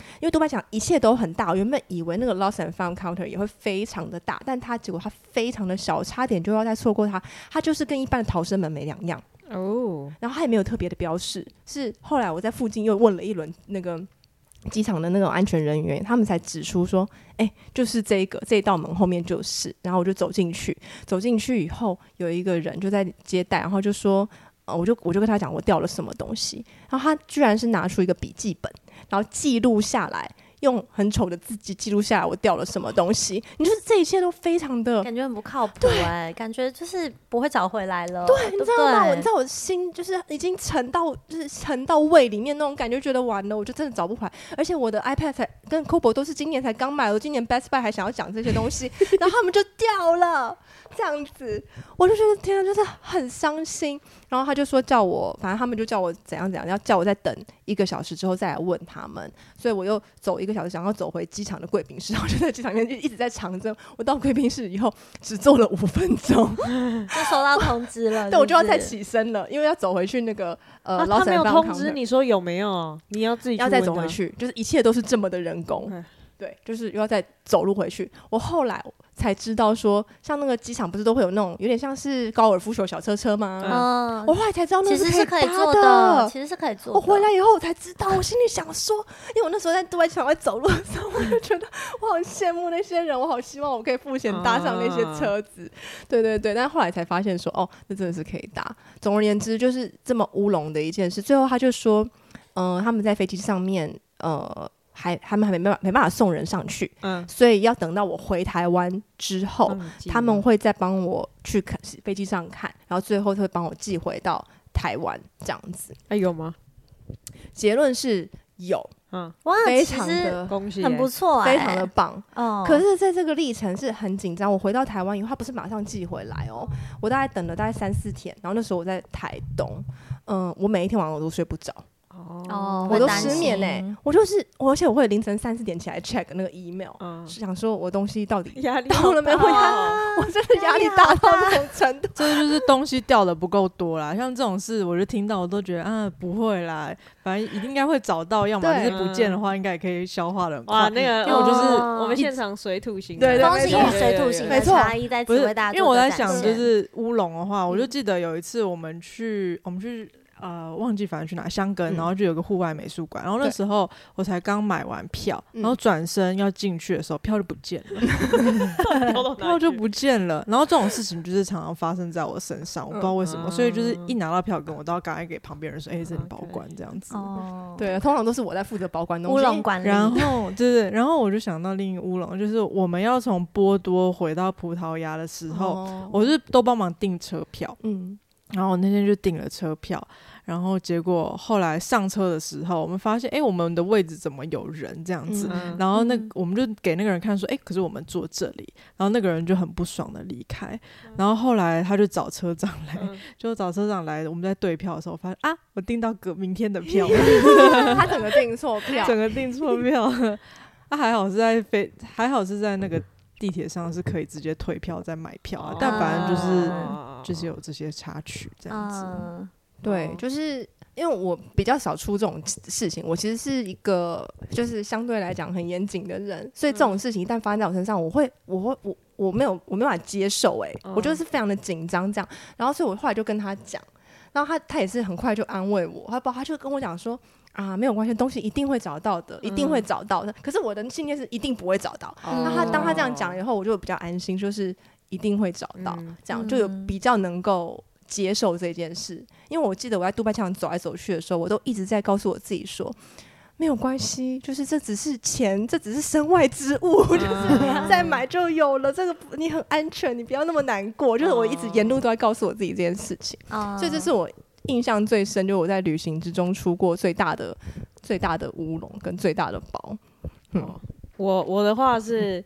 因为杜拜机场一切都很大，我原本以为那个 lost and found counter 也会非常的大，但它结果它非常的小，差点就要再错过它，它就是跟一般的逃生门没两样哦。然后它也没有特别的标示，是后来我在附近又问了一轮那个机场的那种安全人员，他们才指出说，哎、欸，就是这一个这一道门后面就是，然后我就走进去，走进去以后有一个人就在接待，然后就说，呃，我就我就跟他讲我掉了什么东西，然后他居然是拿出一个笔记本，然后记录下来。用很丑的字迹记录下来我掉了什么东西，你就是这一切都非常的感觉很不靠谱哎、欸，感觉就是不会找回来了。 对， 对你知道吗？我你知道我心就是已经沉到就是沉到胃里面那种感觉，觉得完了，我就真的找不回来。而且我的 iPad 才跟 Kobo 都是今年才刚买，我今年 Best Buy 还想要讲这些东西，然后他们就掉了，这样子，我就觉得天啊，就是很伤心。然后他就说叫我，反正他们就叫我怎样怎样，要叫我再等一个小时之后再来问他们。所以我又走一个小时，想要走回机场的贵宾室，然后就在机场里面就一直在长征。我到贵宾室以后只坐了五分钟， 就收到通知了是不是， 对，我就要再起身了，因为要走回去那个呃， 啊、他没有通知你说有没有，你要自己去要再走回去，就是一切都是这么的人工。对，就是又要再走路回去。我后来才知道说，像那个机场不是都会有那种有点像是高尔夫球小车车吗？嗯，我后来才知道那其实是可以坐的， 其实是可以坐的。 我回来以后我才知道，我心里想说，因为我那时候在杜拜机场在走路的时候，我就觉得我好羡慕那些人，我好希望我可以付钱搭上那些车子。啊、对对对，但后来才发现说，哦，那真的是可以搭。总而言之，就是这么乌龙的一件事。最后他就说，嗯、呃，他们在飞机上面，呃。还他们还没办法没办法送人上去，嗯，所以要等到我回台湾之后，嗯、他们会再帮我去看飞机上看，然后最后会帮我寄回到台湾这样子。 哎、啊，有吗？ 结论是有，嗯， 哇， 非常的恭喜， 很不错、欸， 非常的棒。哦，可是在这个历程是很紧张。我回到台湾以后，他不是马上寄回来哦，我大概等了大概三四天，然后那时候我在台东，嗯，我每一天晚上我都睡不着。 哦， 我都失眠哎、欸，我就是，而且我会凌晨三四点起来 check 那个 email，、嗯、想说我东西到底到了没有？我真的压力大到这种程度， 这就是东西掉的不够多啦。像这种事，我就听到我都觉得啊，不会啦，反正应该会找到，要么就是不见的话，应该也可以消化的很快。 哇，那个，因为我就是、哦、我们现场水土型的， 对对， 风型与水土型的差异在此为大家做的展现。 因为我在想，就是乌龙的话，我就记得有一次我们去，我们去。呃，忘记反正去哪香根、嗯，然后就有个户外美术馆，然后那时候我才刚买完票，然后转身要进去的时候，票就不见了，票就不见了。然后这种事情就是常常发生在我身上，我不知道为什么，嗯、所以就是一拿到票根，我都要赶快给旁边人说：“哎、欸，这里保管这样子。” 哦，对，通常都是我在负责保管东西。 乌龙管理。 然后，对对，然后我就想到另一个乌龙，就是我们要从波多回到葡萄牙的时候，哦、我是都帮忙订车票，嗯。然后我那天就订了车票，然后结果后来上车的时候，我们发现，哎，我们的位置怎么有人这样子？嗯、然后那、嗯、我们就给那个人看说，哎，可是我们坐这里。然后那个人就很不爽的离开。嗯、然后后来他就找车长来，嗯、就找车长来，我们在对票的时候发现啊，我订到隔明天的票， 他整个订错票， 整个订错票。啊，还好是在飞，还好是在那个。地铁上是可以直接退票再买票、啊哦、但反正就是、哦、就是有这些插曲这样子、 嗯、对，就是因为我比较少出这种事情，我其实是一个就是相对来讲很严谨的人，所以这种事情一旦发生在我身上，我会我会我我没有我没有办法接受哎、欸嗯，我觉得是非常的紧张这样，然后所以我后来就跟他讲，然后他他也是很快就安慰我，他他就跟我讲说啊，没有关系，东西一定会找到的，一定会找到的。嗯、可是我的信念是一定不会找到。哦、那他当他这样讲以后，我就比较安心，就是一定会找到，嗯、这样就有比较能够接受这件事。因为我记得我在杜拜机场走来走去的时候，我都一直在告诉我自己说，没有关系，就是这只是钱，这只是身外之物，嗯、就是再买就有了。这个你很安全，你不要那么难过。就是我一直沿路都在告诉我自己这件事情，嗯、所以这是我。印象最深就是我在旅行之中出过最大的最大的乌龙跟最大的包。嗯哦、我我的话是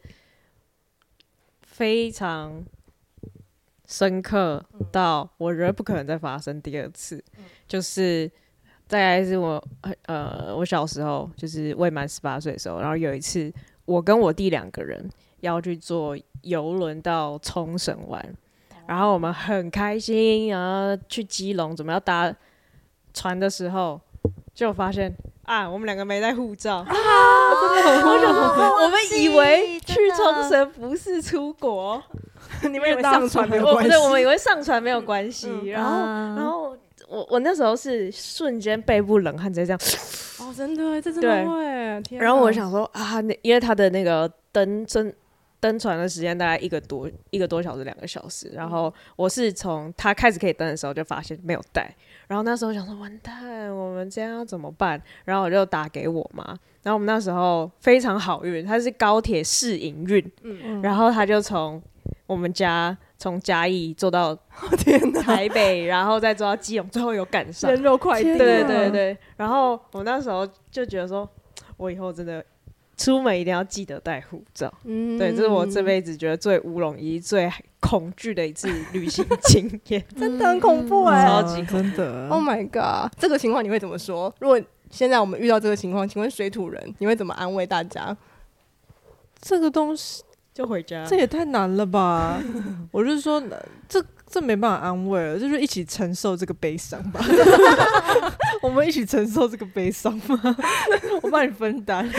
非常深刻到我觉得不可能再发生第二次，嗯、就是大概是我呃我小时候就是未满十八岁的时候，然后有一次我跟我弟两个人要去坐邮轮到冲绳玩。然后我们很开心，然后去基隆，准备要搭船的时候，就发现啊，我们两个没带护照啊， 真的很我想说，我们以为去冲绳不是出国， 你们以为上船没有关系， 对，我们以为上船没有关系，嗯、然后，然后我我那时候是瞬间背部冷汗，直接这样， 哦，真的，这真的会，天， 然后我想说啊，那因为他的那个登真。登船的时间大概一个多一个多小时两个小时，然后我是从他开始可以登的时候就发现没有带，然后那时候想说完蛋，我们这样要怎么办？然后我就打给我妈，然后我们那时候非常好运，他是高铁试营运，嗯，然后他就从我们家从嘉义坐到台北，然后再坐到基隆，最后有赶上人肉快递， 对对对，然后我那时候就觉得说，我以后真的。出门一定要记得带护照，嗯，对，这是我这辈子觉得最乌龙以及最恐惧的一次旅行经验， 真的很恐怖哎、欸， 超级真的 ，Oh my god！ 这个情况你会怎么说？如果现在我们遇到这个情况，请问水土人你会怎么安慰大家？ 这个东西就回家， 这也太难了吧？我就是说，这这没办法安慰了，就是一起承受这个悲伤吧。我们一起承受这个悲伤吗？我帮你分担。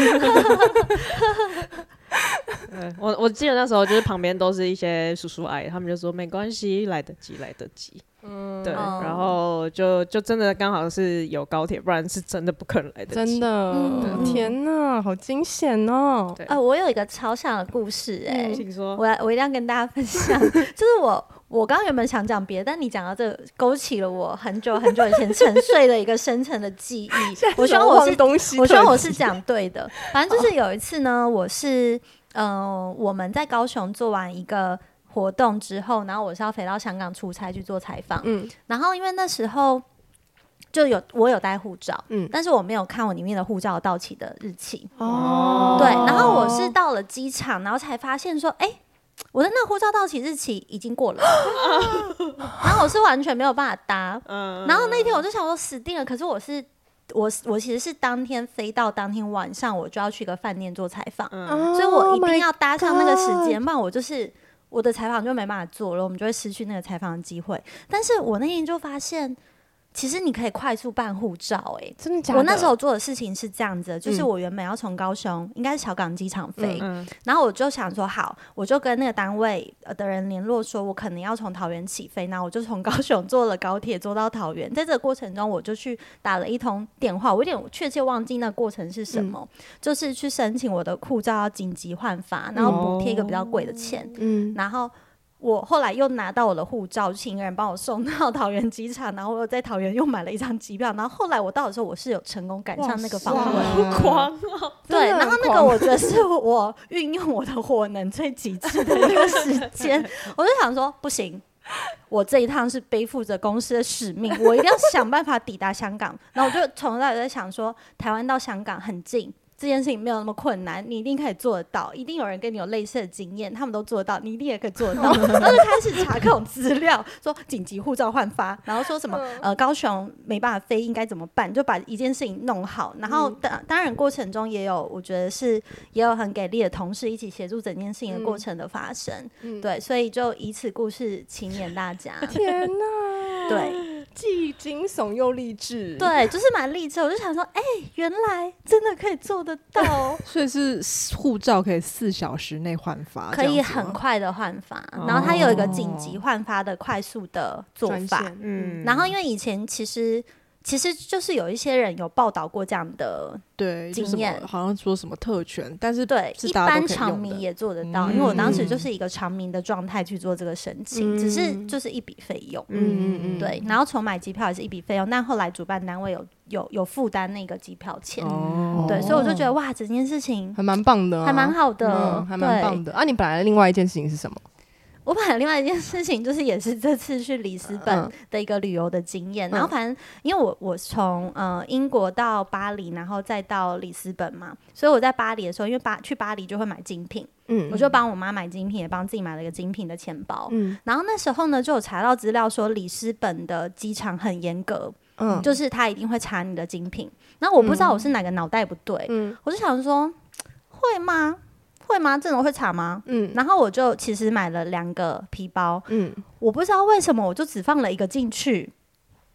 我我记得那时候就是旁边都是一些叔叔阿姨，他们就说没关系，来得及，来得及。嗯，对，哦、然后就就真的刚好是有高铁，不然是真的不可能来得及。 真的，嗯、天哪，好惊险哦！ 对，呃，我有一个超像的故事、欸，哎、 嗯，请说， 我我一定要跟大家分享，就是我。我刚刚原本想讲别的，但你讲到这个，勾起了我很久很久以前沉睡的一个深层的记忆。我希望我是，我希望我是讲对的。反正就是有一次呢，我是呃我们在高雄做完一个活动之后，然后我是要飞到香港出差去做采访。嗯，然后因为那时候就有我有带护照，嗯，但是我没有看我里面的护照到期的日期。哦，对，然后我是到了机场，然后才发现说，哎、欸。我的那个护照到期日期已经过了，然后我是完全没有办法搭，然后那天我就想说死定了，可是我是我我其实是当天飞到当天晚上我就要去一个饭店做采访，所以我一定要搭上那个时间，不然我就是我的采访就没办法做了，我们就会失去那个采访的机会。但是我那天就发现。其实你可以快速办护照、欸，哎， 真的假的？ 我那时候做的事情是这样子的，就是我原本要从高雄，嗯、应该是小港机场飞，嗯、然后我就想说，好，我就跟那个单位的人联络，说我可能要从桃园起飞，然后我就从高雄坐了高铁坐到桃园，在这个过程中，我就去打了一通电话，我有点确切忘记那个过程是什么，嗯、就是去申请我的护照要紧急换发，然后补贴一个比较贵的钱，嗯，然后。我后来又拿到我的护照，请一个人帮我送到桃园机场，然后我在桃园又买了一张机票，然后后来我到的时候，我是有成功赶上那个访问， 好狂哦！ 对，然后那个我觉得是我运用我的火能最极致的一个时间，我就想说不行，我这一趟是背负着公司的使命，我一定要想办法抵达香港。然后我就从来在想说，台湾到香港很近。这件事情没有那么困难，你一定可以做得到，一定有人跟你有类似的经验，他们都做得到，你一定也可以做得到。然后就开始查各种资料，说紧急护照换发，然后说什么呃高雄没办法飞应该怎么办，就把一件事情弄好。然后当当然过程中也有，我觉得是也有很给力的同事一起协助整件事情的过程的发生。嗯、对，所以就以此故事请勉大家。 天哪！ 对。 既惊悚又励志， 对，就是蛮励志。我就想说，哎、欸，原来真的可以做得到， 所以是护照可以四小时内换发， 可以很快的换发，然后它有一个紧急换发的快速的做法，嗯，然后因为以前其实。其实就是有一些人有报道过这样的对经验， 好像说什么特权，但是对是一般常民也做得到、嗯，因为我当时就是一个常民的状态去做这个申请、嗯，只是就是一笔费用，嗯嗯对，然后重买机票也是一笔费用，但后来主办单位有有有负担那个机票钱、哦，对，所以我就觉得哇，整件事情还蛮棒的、啊， 还蛮好的， 嗯、还蛮棒的。啊，你本来另外一件事情是什么？ 我本来另外一件事情就是也是这次去里斯本的一个旅游的经验、嗯，然后反正因为我我从呃英国到巴黎，然后再到里斯本嘛，所以我在巴黎的时候，因为巴去巴黎就会买精品，嗯，我就帮我妈买精品，也帮自己买了一个精品的钱包，嗯，然后那时候呢就有查到资料说里斯本的机场很严格，嗯，就是他一定会查你的精品，然后我不知道我是哪个脑袋不对，嗯，我就想说会吗？会吗？这种会查吗？嗯，然后我就其实买了两个皮包，嗯，我不知道为什么我就只放了一个进去，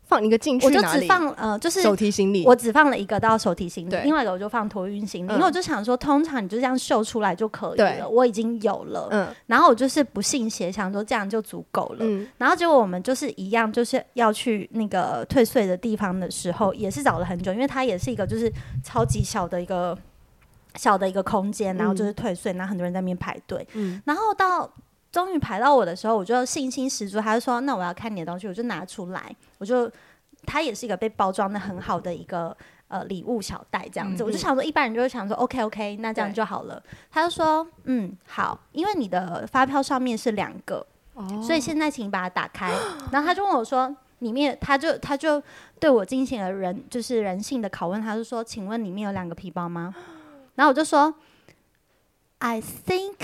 放一个进去哪里？ 我就只放呃，就是手提行李， 我只放了一个到手提行李，另外一个我就放托运行李， 嗯、 因为我就想说，通常你就这样秀出来就可以了，我已经有了，嗯，然后我就是不信邪，想说这样就足够了，嗯，然后结果我们就是一样，就是要去那个退税的地方的时候，也是找了很久，因为它也是一个就是超级小的一个小的一个空间，然后就是退税，然后很多人在那边排队，嗯，然后到。终于排到我的时候，我就信心十足。他就说：“那我要看你的东西。”我就拿出来，我就它也是一个被包装的很好的一个呃礼物小袋这样子。嗯、我就想说，一般人就会想说 ：“OK OK， 那这样就好了。”他就说：“嗯，好，因为你的发票上面是两个，哦、所以现在请你把它打开。”然后他就问我说：“里面，他就他就对我进行了人就是人性的拷问，他就说：‘请问里面有两个皮包吗？’然后我就说。I think,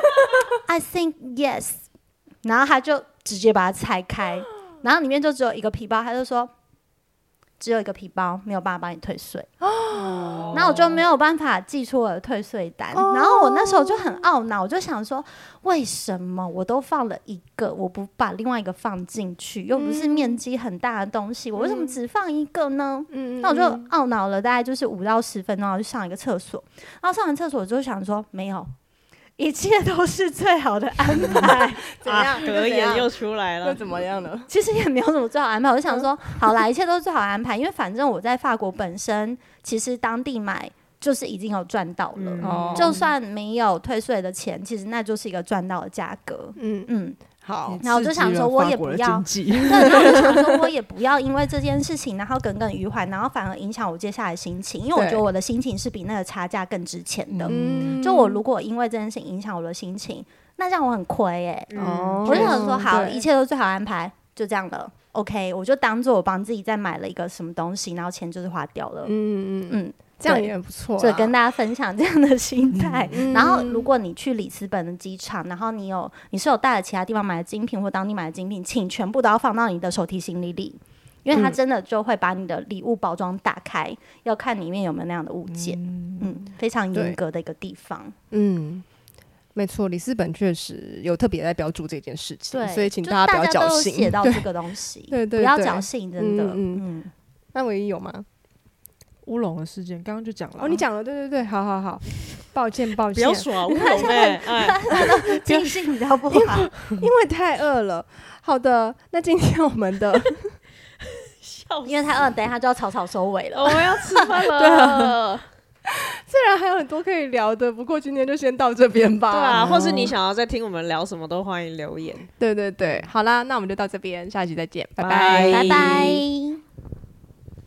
I think yes， 然后他就直接把它拆开，然后里面就只有一个皮包，他就说只有一个皮包，没有办法帮你退税。哦，然后我就没有办法寄出我的退税单，哦、然后我那时候就很懊恼，我就想说，为什么我都放了一个，我不把另外一个放进去，又不是面积很大的东西，嗯、我为什么只放一个呢？嗯，那我就懊恼了，大概就是五到十分钟，然后就上一个厕所，然后上完厕所我就想说，没有。一切都是最好的安排， 怎样？ 啊、格言又出来了， 又怎么样呢？ 其实也没有什么最好安排，我就想说，好啦，一切都是最好的安排，因为反正我在法国本身，其实当地买就是已经有赚到了，嗯、就算没有退税的钱，其实那就是一个赚到的价格。嗯嗯。 好， 然后我就想说，我也不要，对，然后我就想说，我也不要因为这件事情，然后耿耿于怀，然后反而影响我接下来的心情，因为我觉得我的心情是比那个差价更值钱的。嗯、就我如果因为这件事情影响我的心情，那这样我很亏哎、欸。哦、嗯，我就想说，好，一切都最好安排，就这样了。OK， 我就当做我帮自己再买了一个什么东西，然后钱就是花掉了。嗯嗯嗯。 这样也很不错， 所以跟大家分享这样的心态。嗯、然后，如果你去里斯本的机场，然后你有你是有带了其他地方买的精品或当地买的精品，请全部都要放到你的手提行李里，因为它真的就会把你的礼物包装打开，嗯、要看里面有没有那样的物件。嗯, 嗯，非常严格的一个地方。 嗯，没错，里斯本确实有特别在标注这件事情，所以请大家不要侥幸。 写到这个东西，对 对, 对, 对，不要侥幸，真的。嗯, 嗯, 嗯那唯一有吗？ 乌龙的事件刚刚就讲了、啊、 哦，你讲了，对对对，好好好，抱歉抱歉， 不要耍乌龙哎， 记性比较不好， 因为太饿了。好的，那今天我们的因为太饿，等一下就要草草收尾了， 我们要吃饭了。对啊， 虽然还有很多可以聊的，不过今天就先到这边吧。 对啊，或是你想要再听我们聊什么，都欢迎留言。 对对对，好啦，那我们就到这边，下一集再见，拜拜，拜拜。